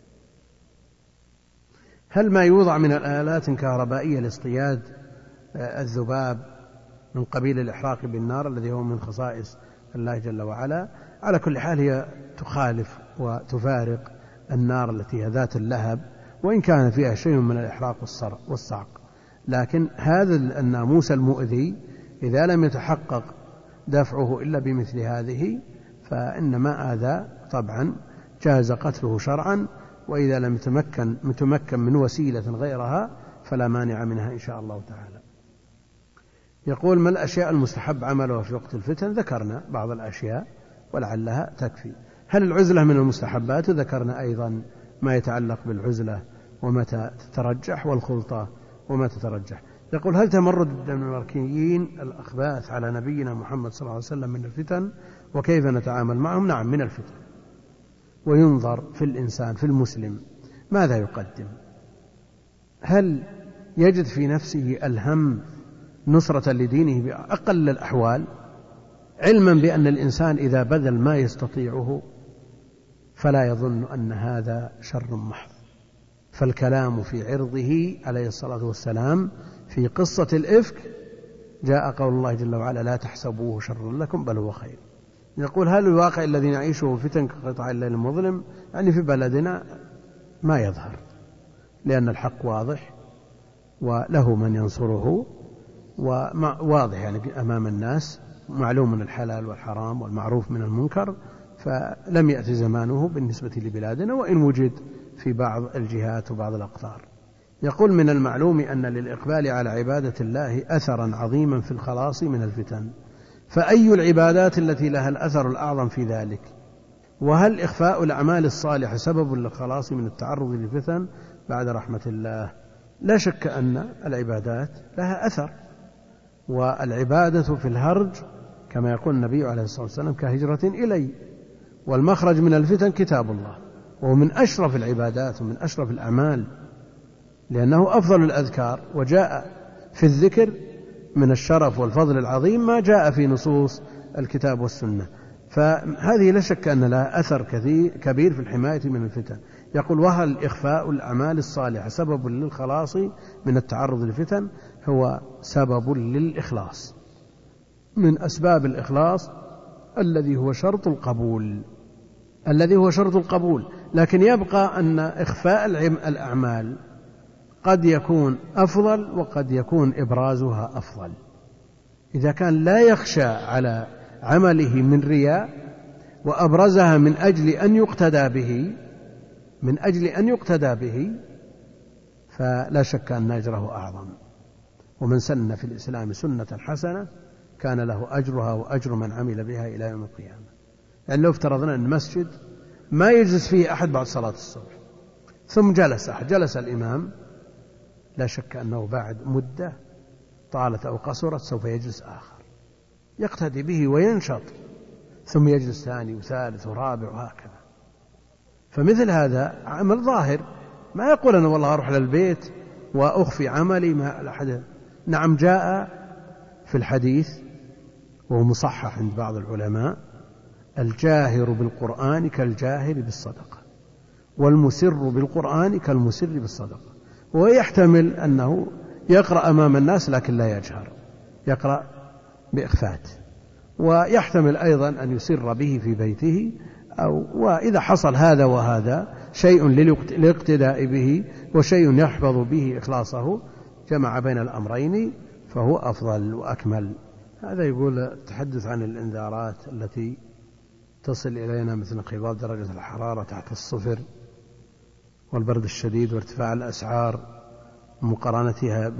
هل ما يوضع من الآلات الكهربائية لاصطياد الذباب من قبيل الإحراق بالنار الذي هو من خصائص الله جل وعلا؟ على كل حال هي تخالف وتفارق النار التي هي ذات اللهب، وإن كان فيها شيء من الإحراق والصعق. لكن هذا الناموس المؤذي إذا لم يتحقق دفعه إلا بمثل هذه فإن ما آذى طبعا جاز قتله شرعا، وإذا لم يتمكن من وسيلة غيرها فلا مانع منها إن شاء الله تعالى. يقول: ما الأشياء المستحب عملها في وقت الفتن؟ ذكرنا بعض الأشياء ولعلها تكفي. هل العزلة من المستحبات؟ ذكرنا أيضا ما يتعلق بالعزلة ومتى تترجح، والخلطة وما تترجح. يقول: هل تمرد الدنماركيين الأخباث على نبينا محمد صلى الله عليه وسلم من الفتن، وكيف نتعامل معهم؟ نعم، من الفتن. وينظر في الإنسان في المسلم ماذا يقدم. هل يجد في نفسه الهم نصرة لدينه بأقل الأحوال، علما بأن الإنسان إذا بذل ما يستطيعه فلا يظن أن هذا شر محض. فالكلام في عرضه عليه الصلاة والسلام في قصة الإفك جاء قول الله جل وعلا: لا تحسبوه شر لكم بل هو خير. يقول: هل الواقع الذي نعيشه فتن كقطع الليل المظلم؟ يعني في بلدنا ما يظهر، لأن الحق واضح وله من ينصره، وواضح يعني أمام الناس، معلوم من الحلال والحرام والمعروف من المنكر، فلم يأتي زمانه بالنسبة لبلادنا، وإن وجد في بعض الجهات وبعض الأقطار. يقول: من المعلوم أن للإقبال على عبادة الله أثرا عظيما في الخلاص من الفتن، فأي العبادات التي لها الأثر الأعظم في ذلك؟ وهل إخفاء الأعمال الصالحة سبب للخلاص من التعرض للفتن بعد رحمة الله؟ لا شك أن العبادات لها أثر، والعبادة في الهرج كما يقول النبي عليه الصلاة والسلام كهجرة إلي، والمخرج من الفتن كتاب الله، وهو من أشرف العبادات ومن أشرف الأعمال، لأنه أفضل الأذكار، وجاء في الذكر من الشرف والفضل العظيم ما جاء في نصوص الكتاب والسنة. فهذه لا شك أن لها أثر كبير في الحماية من الفتن. يقول: وهل إخفاء الأعمال الصالحة سبب للخلاص من التعرض للفتن؟ هو سبب للإخلاص، من أسباب الإخلاص الذي هو شرط القبول. لكن يبقى أن إخفاء الأعمال قد يكون أفضل وقد يكون إبرازها أفضل. إذا كان لا يخشى على عمله من رياء وأبرزها من أجل أن يقتدى به فلا شك أن أجره أعظم. ومن سن في الإسلام سنة حسنة كان له أجرها وأجر من عمل بها إلى يوم القيامة. يعني لو افترضنا أن المسجد ما يجلس فيه أحد بعد صلاة الصبح، ثم جلس الإمام، لا شك أنه بعد مدة طالت أو قصرت سوف يجلس آخر يقتدي به وينشط، ثم يجلس ثاني وثالث ورابع وهكذا. فمثل هذا عمل ظاهر، ما يقول أنا والله أروح للبيت وأخفي عملي ما أحد. نعم، جاء في الحديث وهو مصحح عند بعض العلماء: الجاهر بالقرآن كالجاهر بالصدقة، والمسر بالقرآن كالمسر بالصدقة. ويحتمل أنه يقرأ أمام الناس لكن لا يجهر، يقرأ بإخفات، ويحتمل أيضا أن يسر به في بيته، وإذا حصل هذا وهذا شيء للاقتداء به وشيء يحفظ به إخلاصه، جمع بين الأمرين فهو أفضل وأكمل. هذا يقول التحدث عن الإنذارات التي تصل إلينا مثل انخفاض درجة الحرارة تحت الصفر، والبرد الشديد وارتفاع الأسعار، مقارنتها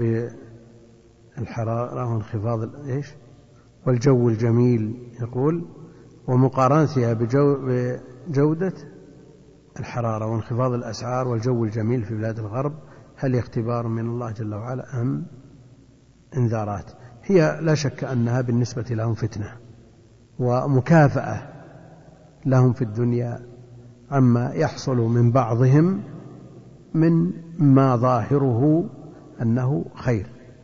بالحرارة وانخفاض والجو الجميل. يقول: ومقارنتها بجودة الحرارة وانخفاض الأسعار والجو الجميل في بلاد الغرب، هل اختبار من الله جل وعلا أم انذارات؟ هي لا شك أنها بالنسبة لهم فتنة ومكافأة لهم في الدنيا عما يحصل من بعضهم من ما ظاهره أنه خير،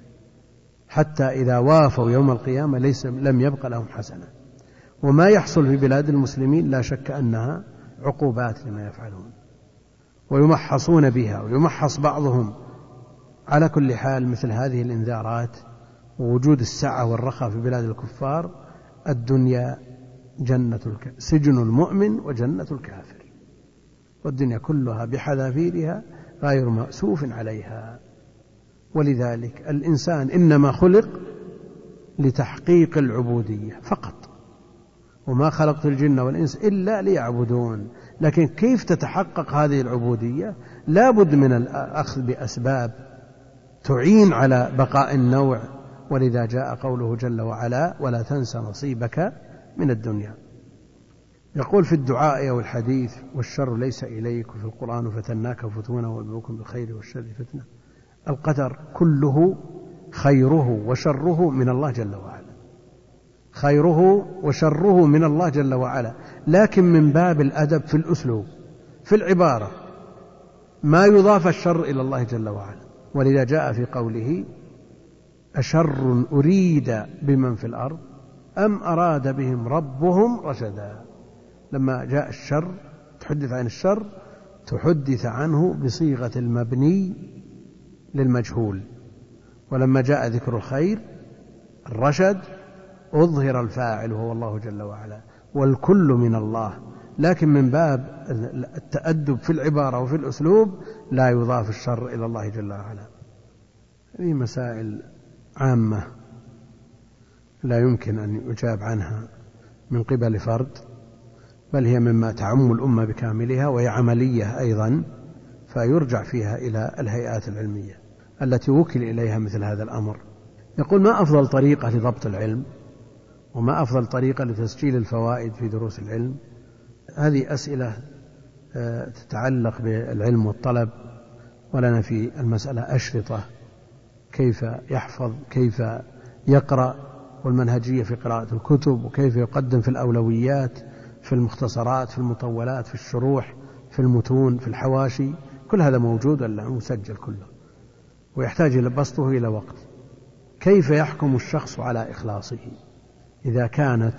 حتى إذا وافوا يوم القيامة لم يبق لهم حسنة. وما يحصل في بلاد المسلمين لا شك أنها عقوبات لما يفعلون، ويمحصون بها ويمحص بعضهم. على كل حال مثل هذه الإنذارات ووجود السعة والرخاء في بلاد الكفار، الدنيا سجن المؤمن وجنة الكافر، والدنيا كلها بحذافيرها غير مأسوف عليها. ولذلك الإنسان إنما خلق لتحقيق العبودية فقط، وما خلقت الجن والإنس إلا ليعبدون. لكن كيف تتحقق هذه العبودية؟ لا بد من الأخذ بأسباب تعين على بقاء النوع ولذا جاء قوله جل وعلا ولا تنس نصيبك من الدنيا. يقول في الدعاء والحديث والشر ليس إليك، وفي القرآن فتناك فتونا ونبلوكم بالخير والشر فتنة. القدر كله خيره وشره من الله جل وعلا، خيره وشره من الله جل وعلا، لكن من باب الأدب في الأسلوب في العبارة ما يضاف الشر إلى الله جل وعلا. ولذا جاء في قوله أشر أريد بمن في الأرض أم أراد بهم ربهم رشدا. لما جاء الشر تحدث عن الشر تحدث عنه بصيغة المبني للمجهول، ولما جاء ذكر الخير الرشد أظهر الفاعل وهو الله جل وعلا، والكل من الله، لكن من باب التأدب في العبارة وفي الأسلوب لا يضاف الشر إلى الله جل وعلا. هذه مسائل عامة لا يمكن أن يجاب عنها من قبل فرد، بل هي مما تعم الأمة بكاملها، وهي عملية أيضا، فيرجع فيها إلى الهيئات العلمية التي وكل إليها مثل هذا الأمر. يقول ما أفضل طريقة لضبط العلم، وما أفضل طريقة لتسجيل الفوائد في دروس العلم؟ هذه أسئلة تتعلق بالعلم والطلب، ولنا في المسألة أشرطة كيف يحفظ، كيف يقرأ، والمنهجية في قراءة الكتب، وكيف يقدم في الأولويات، في المختصرات، في المطولات، في الشروح، في المتون، في الحواشي، كل هذا موجود مسجل كله، ويحتاج إلى بسطه إلى وقت. كيف يحكم الشخص على إخلاصه إذا كانت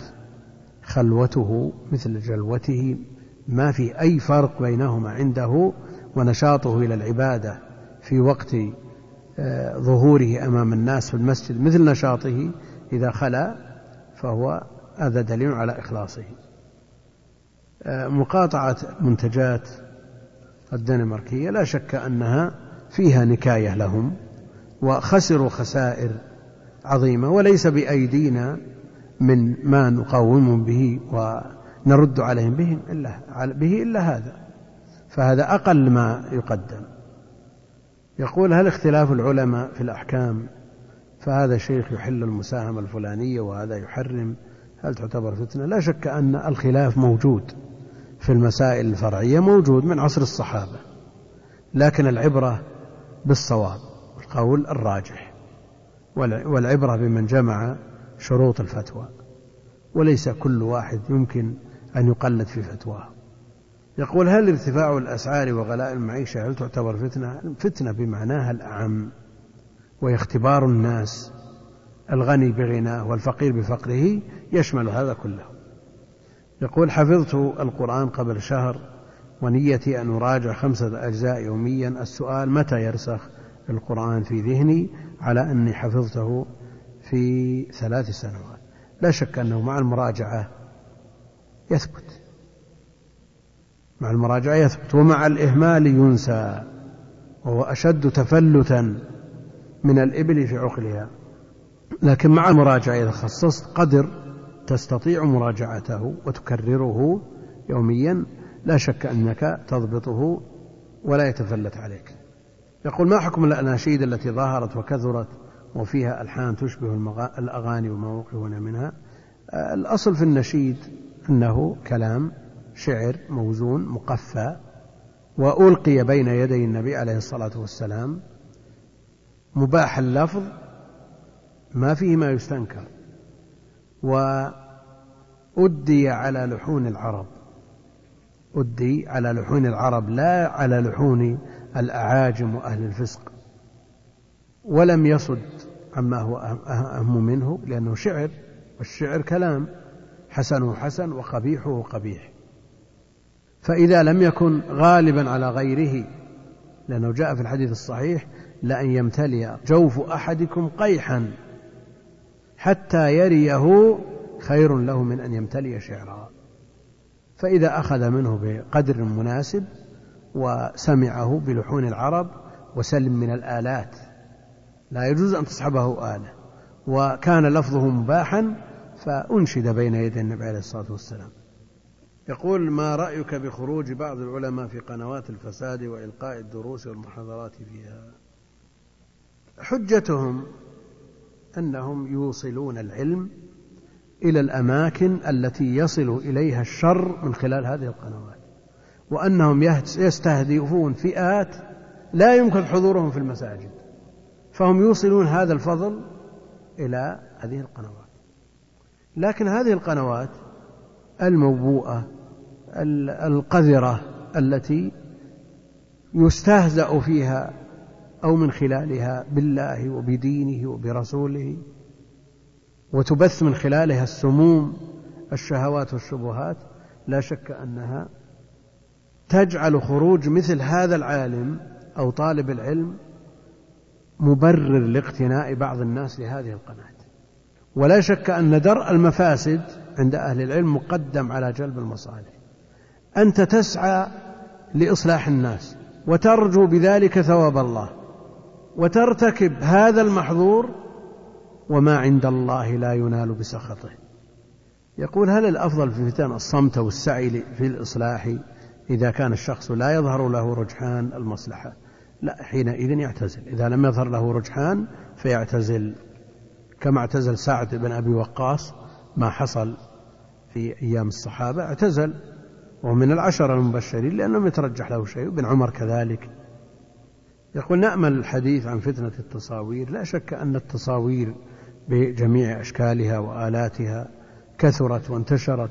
خلوته مثل جلوته ما في أي فرق بينهما عنده، ونشاطه إلى العبادة في وقت ظهوره أمام الناس في المسجد مثل نشاطه إذا خلا، فهو هذا دليل على إخلاصه. مقاطعة منتجات الدنماركية لا شك أنها فيها نكاية لهم، وخسروا خسائر عظيمة، وليس بأيدينا من ما نقاوم به ونرد عليهم به إلا هذا، فهذا أقل ما يقدم. يقول هل اختلاف العلماء في الأحكام، فهذا شيخ يحل المساهمة الفلانية وهذا يحرم، هل تعتبر فتنة؟ لا شك أن الخلاف موجود في المسائل الفرعية، موجود من عصر الصحابة، لكن العبرة بالصواب، القول الراجح، والعبرة بمن جمع شروط الفتوى، وليس كل واحد يمكن أن يقلد في فتواه. يقول هل ارتفاع الأسعار وغلاء المعيشة هل تعتبر فتنة؟ فتنة بمعناها الأعم، وهي اختبار الناس، الغني بغناه والفقير بفقره، يشمل هذا كله. يقول حفظت القرآن قبل شهر ونيتي أن أراجع 5 أجزاء يوميا، السؤال متى يرسخ القرآن في ذهني على أني حفظته في 3 سنوات؟ لا شك أنه مع المراجعة يثبت، مع المراجعة يثبت، ومع الإهمال ينسى، وهو أشد تفلتا من الإبل في عقلها. لكن مع المراجعة إذا خصصت قدر تستطيع مراجعته وتكرره يوميا، لا شك أنك تضبطه ولا يتفلت عليك. يقول ما حكم الأناشيد التي ظهرت وكثرت وفيها ألحان تشبه الأغاني وما وقعنا منها؟ الأصل في النشيد أنه كلام شعر موزون مقفى، وألقي بين يدي النبي عليه الصلاة والسلام، مباح اللفظ ما فيه ما يستنكر، وأدي على لحون العرب، أدي على لحون العرب لا على لحون الأعاجم وأهل الفسق، ولم يصد عما هو أهم منه، لأنه شعر، والشعر كلام حسنه حسن وقبيحه قبيح. فإذا لم يكن غالبا على غيره، لأنه جاء في الحديث الصحيح لأن يمتلئ جوف أحدكم قيحا حتى يريه خير له من أن يمتلئ شعرا. فإذا أخذ منه بقدر مناسب وسمعه بلحون العرب وسلم من الآلات، لا يجوز أن تصحبه آلة، وكان لفظه مباحا فأنشد بين يدي النبي عليه الصلاة والسلام. يقول ما رأيك بخروج بعض العلماء في قنوات الفساد وإلقاء الدروس والمحاضرات فيها؟ حجتهم أنهم يوصلون العلم إلى الأماكن التي يصل إليها الشر من خلال هذه القنوات، وأنهم يستهدفون فئات لا يمكن حضورهم في المساجد، فهم يوصلون هذا الفضل إلى هذه القنوات. لكن هذه القنوات الموبوءة القذرة التي يستهزأ فيها أو من خلالها بالله وبدينه وبرسوله، وتبث من خلالها السموم الشهوات والشبهات، لا شك أنها تجعل خروج مثل هذا العالم أو طالب العلم مبرر لاقتناء بعض الناس لهذه القناة. ولا شك أن درء المفاسد عند أهل العلم مقدم على جلب المصالح. أنت تسعى لإصلاح الناس وترجو بذلك ثواب الله، وترتكب هذا المحظور، وما عند الله لا ينال بسخطه. يقول: هل الأفضل في فتن الصمت والسعي في الإصلاح إذا كان الشخص لا يظهر له رجحان المصلحة؟ لا، حينئذ يعتزل. إذا لم يظهر له رجحان فيعتزل، كما اعتزل سعد بن أبي وقاص ما حصل في أيام الصحابة، اعتزل ومن العشرة المبشرين لأنهم يترجح له شيء، بن عمر كذلك. يقول: نأمل الحديث عن فتنة التصاوير. لا شك أن التصاوير بجميع أشكالها وآلاتها كثرت وانتشرت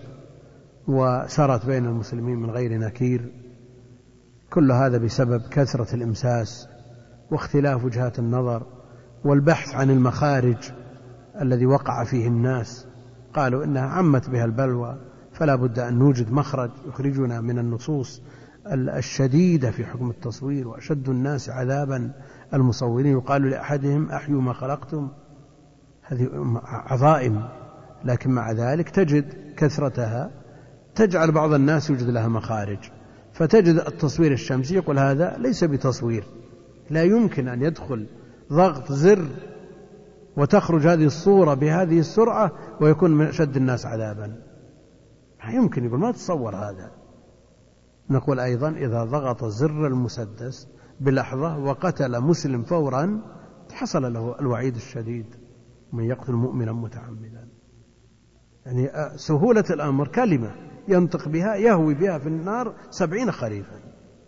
وسرت بين المسلمين من غير نكير، كل هذا بسبب كثرة الإمساس واختلاف وجهات النظر والبحث عن المخارج الذي وقع فيه الناس. قالوا إنها عمت بها البلوى، فلا بد أن نوجد مخرج يخرجنا من النصوص الشديدة في حكم التصوير. وأشد الناس عذابا المصورين، يقال لأحدهم: أحيوا ما خلقتم. هذه عظائم، لكن مع ذلك تجد كثرتها تجعل بعض الناس يوجد لها مخارج، فتجد التصوير الشمسي يقول: هذا ليس بتصوير، لا يمكن أن يدخل ضغط زر وتخرج هذه الصورة بهذه السرعة ويكون من أشد الناس عذابا. لا يمكن، يقول ما تتصور هذا. نقول أيضا: إذا ضغط زر المسدس بلحظة وقتل مسلم فورا حصل له الوعيد الشديد: من يقتل مؤمنا متعمدا. يعني سهولة الأمر كلمة ينطق بها يهوي بها في النار 70 خريفا.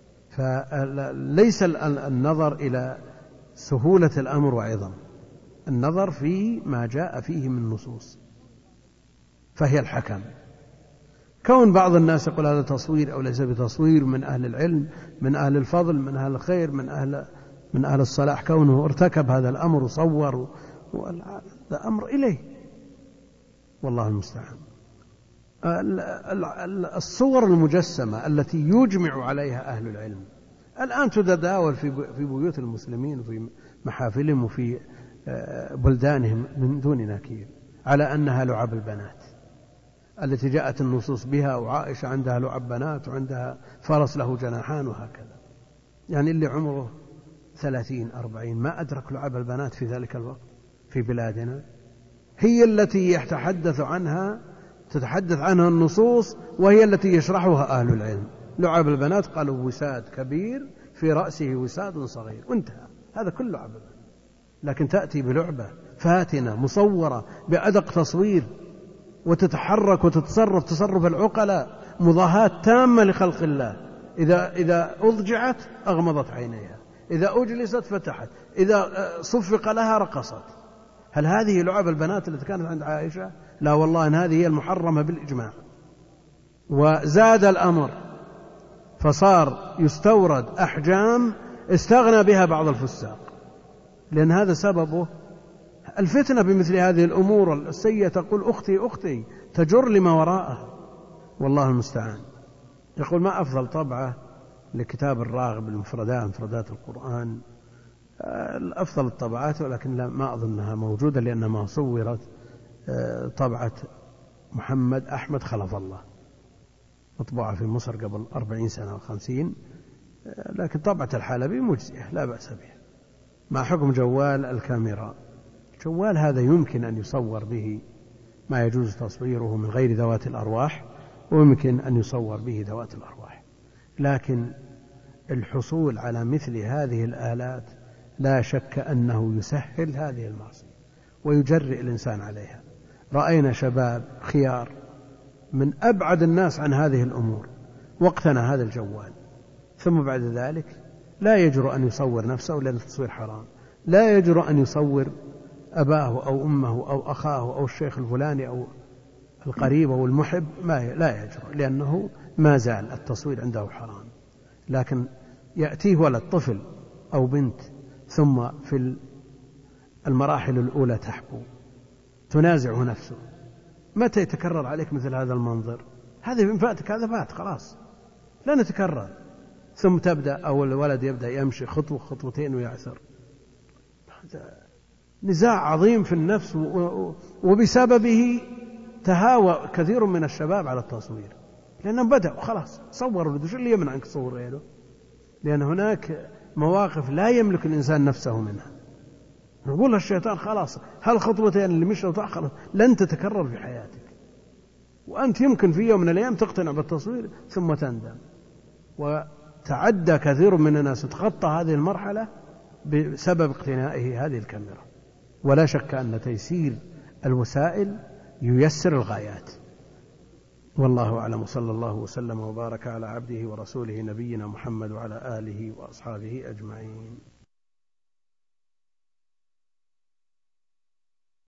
فليس النظر إلى سهولة الأمر وعظم، النظر في ما جاء فيه من نصوص، فهي الحكم. كون بعض الناس يقول هذا تصوير أو ليس بتصوير، من أهل العلم، من أهل الفضل، من أهل الخير، من أهل الصلاح، كونه ارتكب هذا الأمر وصور، هذا أمر إليه، والله المستعان. الصور المجسمة التي يجمع عليها أهل العلم الآن تتداول في بيوت المسلمين وفي محافلهم وفي بلدانهم من دون نكير، على أنها لعب البنات التي جاءت النصوص بها، وعائشة عندها لعب بنات وعندها فرس له جناحان وهكذا. يعني اللي عمره 30-40 ما أدرك لعب البنات في ذلك الوقت في بلادنا، هي التي يتحدث عنها، تتحدث عنها النصوص، وهي التي يشرحها أهل العلم. لعب البنات قالوا وساد كبير في رأسه وساد صغير، وانتهى، هذا كل لعب البنات. لكن تأتي بلعبة فاتنة مصورة بأدق تصوير وتتحرك وتتصرف تصرف العقلاء، مضاهاة تامة لخلق الله. إذا أضجعت أغمضت عينيها، إذا أجلست فتحت، إذا صفق لها رقصت. هل هذه لعب البنات التي كانت عند عائشة؟ لا والله، إن هذه هي المحرمة بالإجماع. وزاد الأمر فصار يستورد أحجام استغنى بها بعض الفساق، لأن هذا سببه الفتنة بمثل هذه الأمور السيئة. تقول أختي أختي، تجر لما وراءها، والله المستعان. يقول: ما أفضل طبعة لكتاب الراغب مفردات القرآن؟ الأفضل الطبعات، ولكن ما أظنها موجودة، لأنها صورت طبعة محمد أحمد خلف الله، مطبوعة في مصر قبل 40 سنة أو 50، لكن طبعة الحلبي مجزئة لا بأس بها، مع حكم جوال الكاميرا. جوال هذا يمكن أن يصور به ما يجوز تصويره من غير ذوات الأرواح، ويمكن أن يصور به ذوات الأرواح، لكن الحصول على مثل هذه الآلات لا شك أنه يسهل هذه المعصية ويجرئ الإنسان عليها. رأينا شباب خيار من أبعد الناس عن هذه الأمور وقتنا هذا الجوال، ثم بعد ذلك لا يجرؤ أن يصور نفسه لأن التصوير حرام، لا يجرؤ أن يصور أباه أو أمه أو أخاه أو الشيخ الفلاني أو القريب أو المحب، لا يجرؤ، لأنه ما زال التصوير عنده حرام. لكن يأتيه ولد طفل أو بنت ثم في المراحل الأولى تحبو، تنازعه نفسه، متى يتكرر عليك مثل هذا المنظر؟ هذا من فاتك، هذا فات خلاص لا نتكرر. ثم تبدأ أو الولد يبدأ يمشي خطوة خطوتين ويعثر. هذا نزاع عظيم في النفس، وبسببه تهاوى كثير من الشباب على التصوير، لأنهم بدأوا خلاص صوروا. شو اللي يمنع أنك تصور غيره؟ لأن هناك مواقف لا يملك الإنسان نفسه منها. نقول الشيطان خلاص هالخطوتين اللي مشوا تأخرت لن تتكرر في حياتك، وأنت يمكن في يوم من الأيام تقتنع بالتصوير ثم تندم. وتعدى كثير من الناس تخطى هذه المرحلة بسبب اقتنائه هذه الكاميرا. ولا شك أن تيسير الوسائل ييسر الغايات. والله أعلم، صلى الله وسلم وبارك على عبده ورسوله نبينا محمد وعلى آله وأصحابه أجمعين.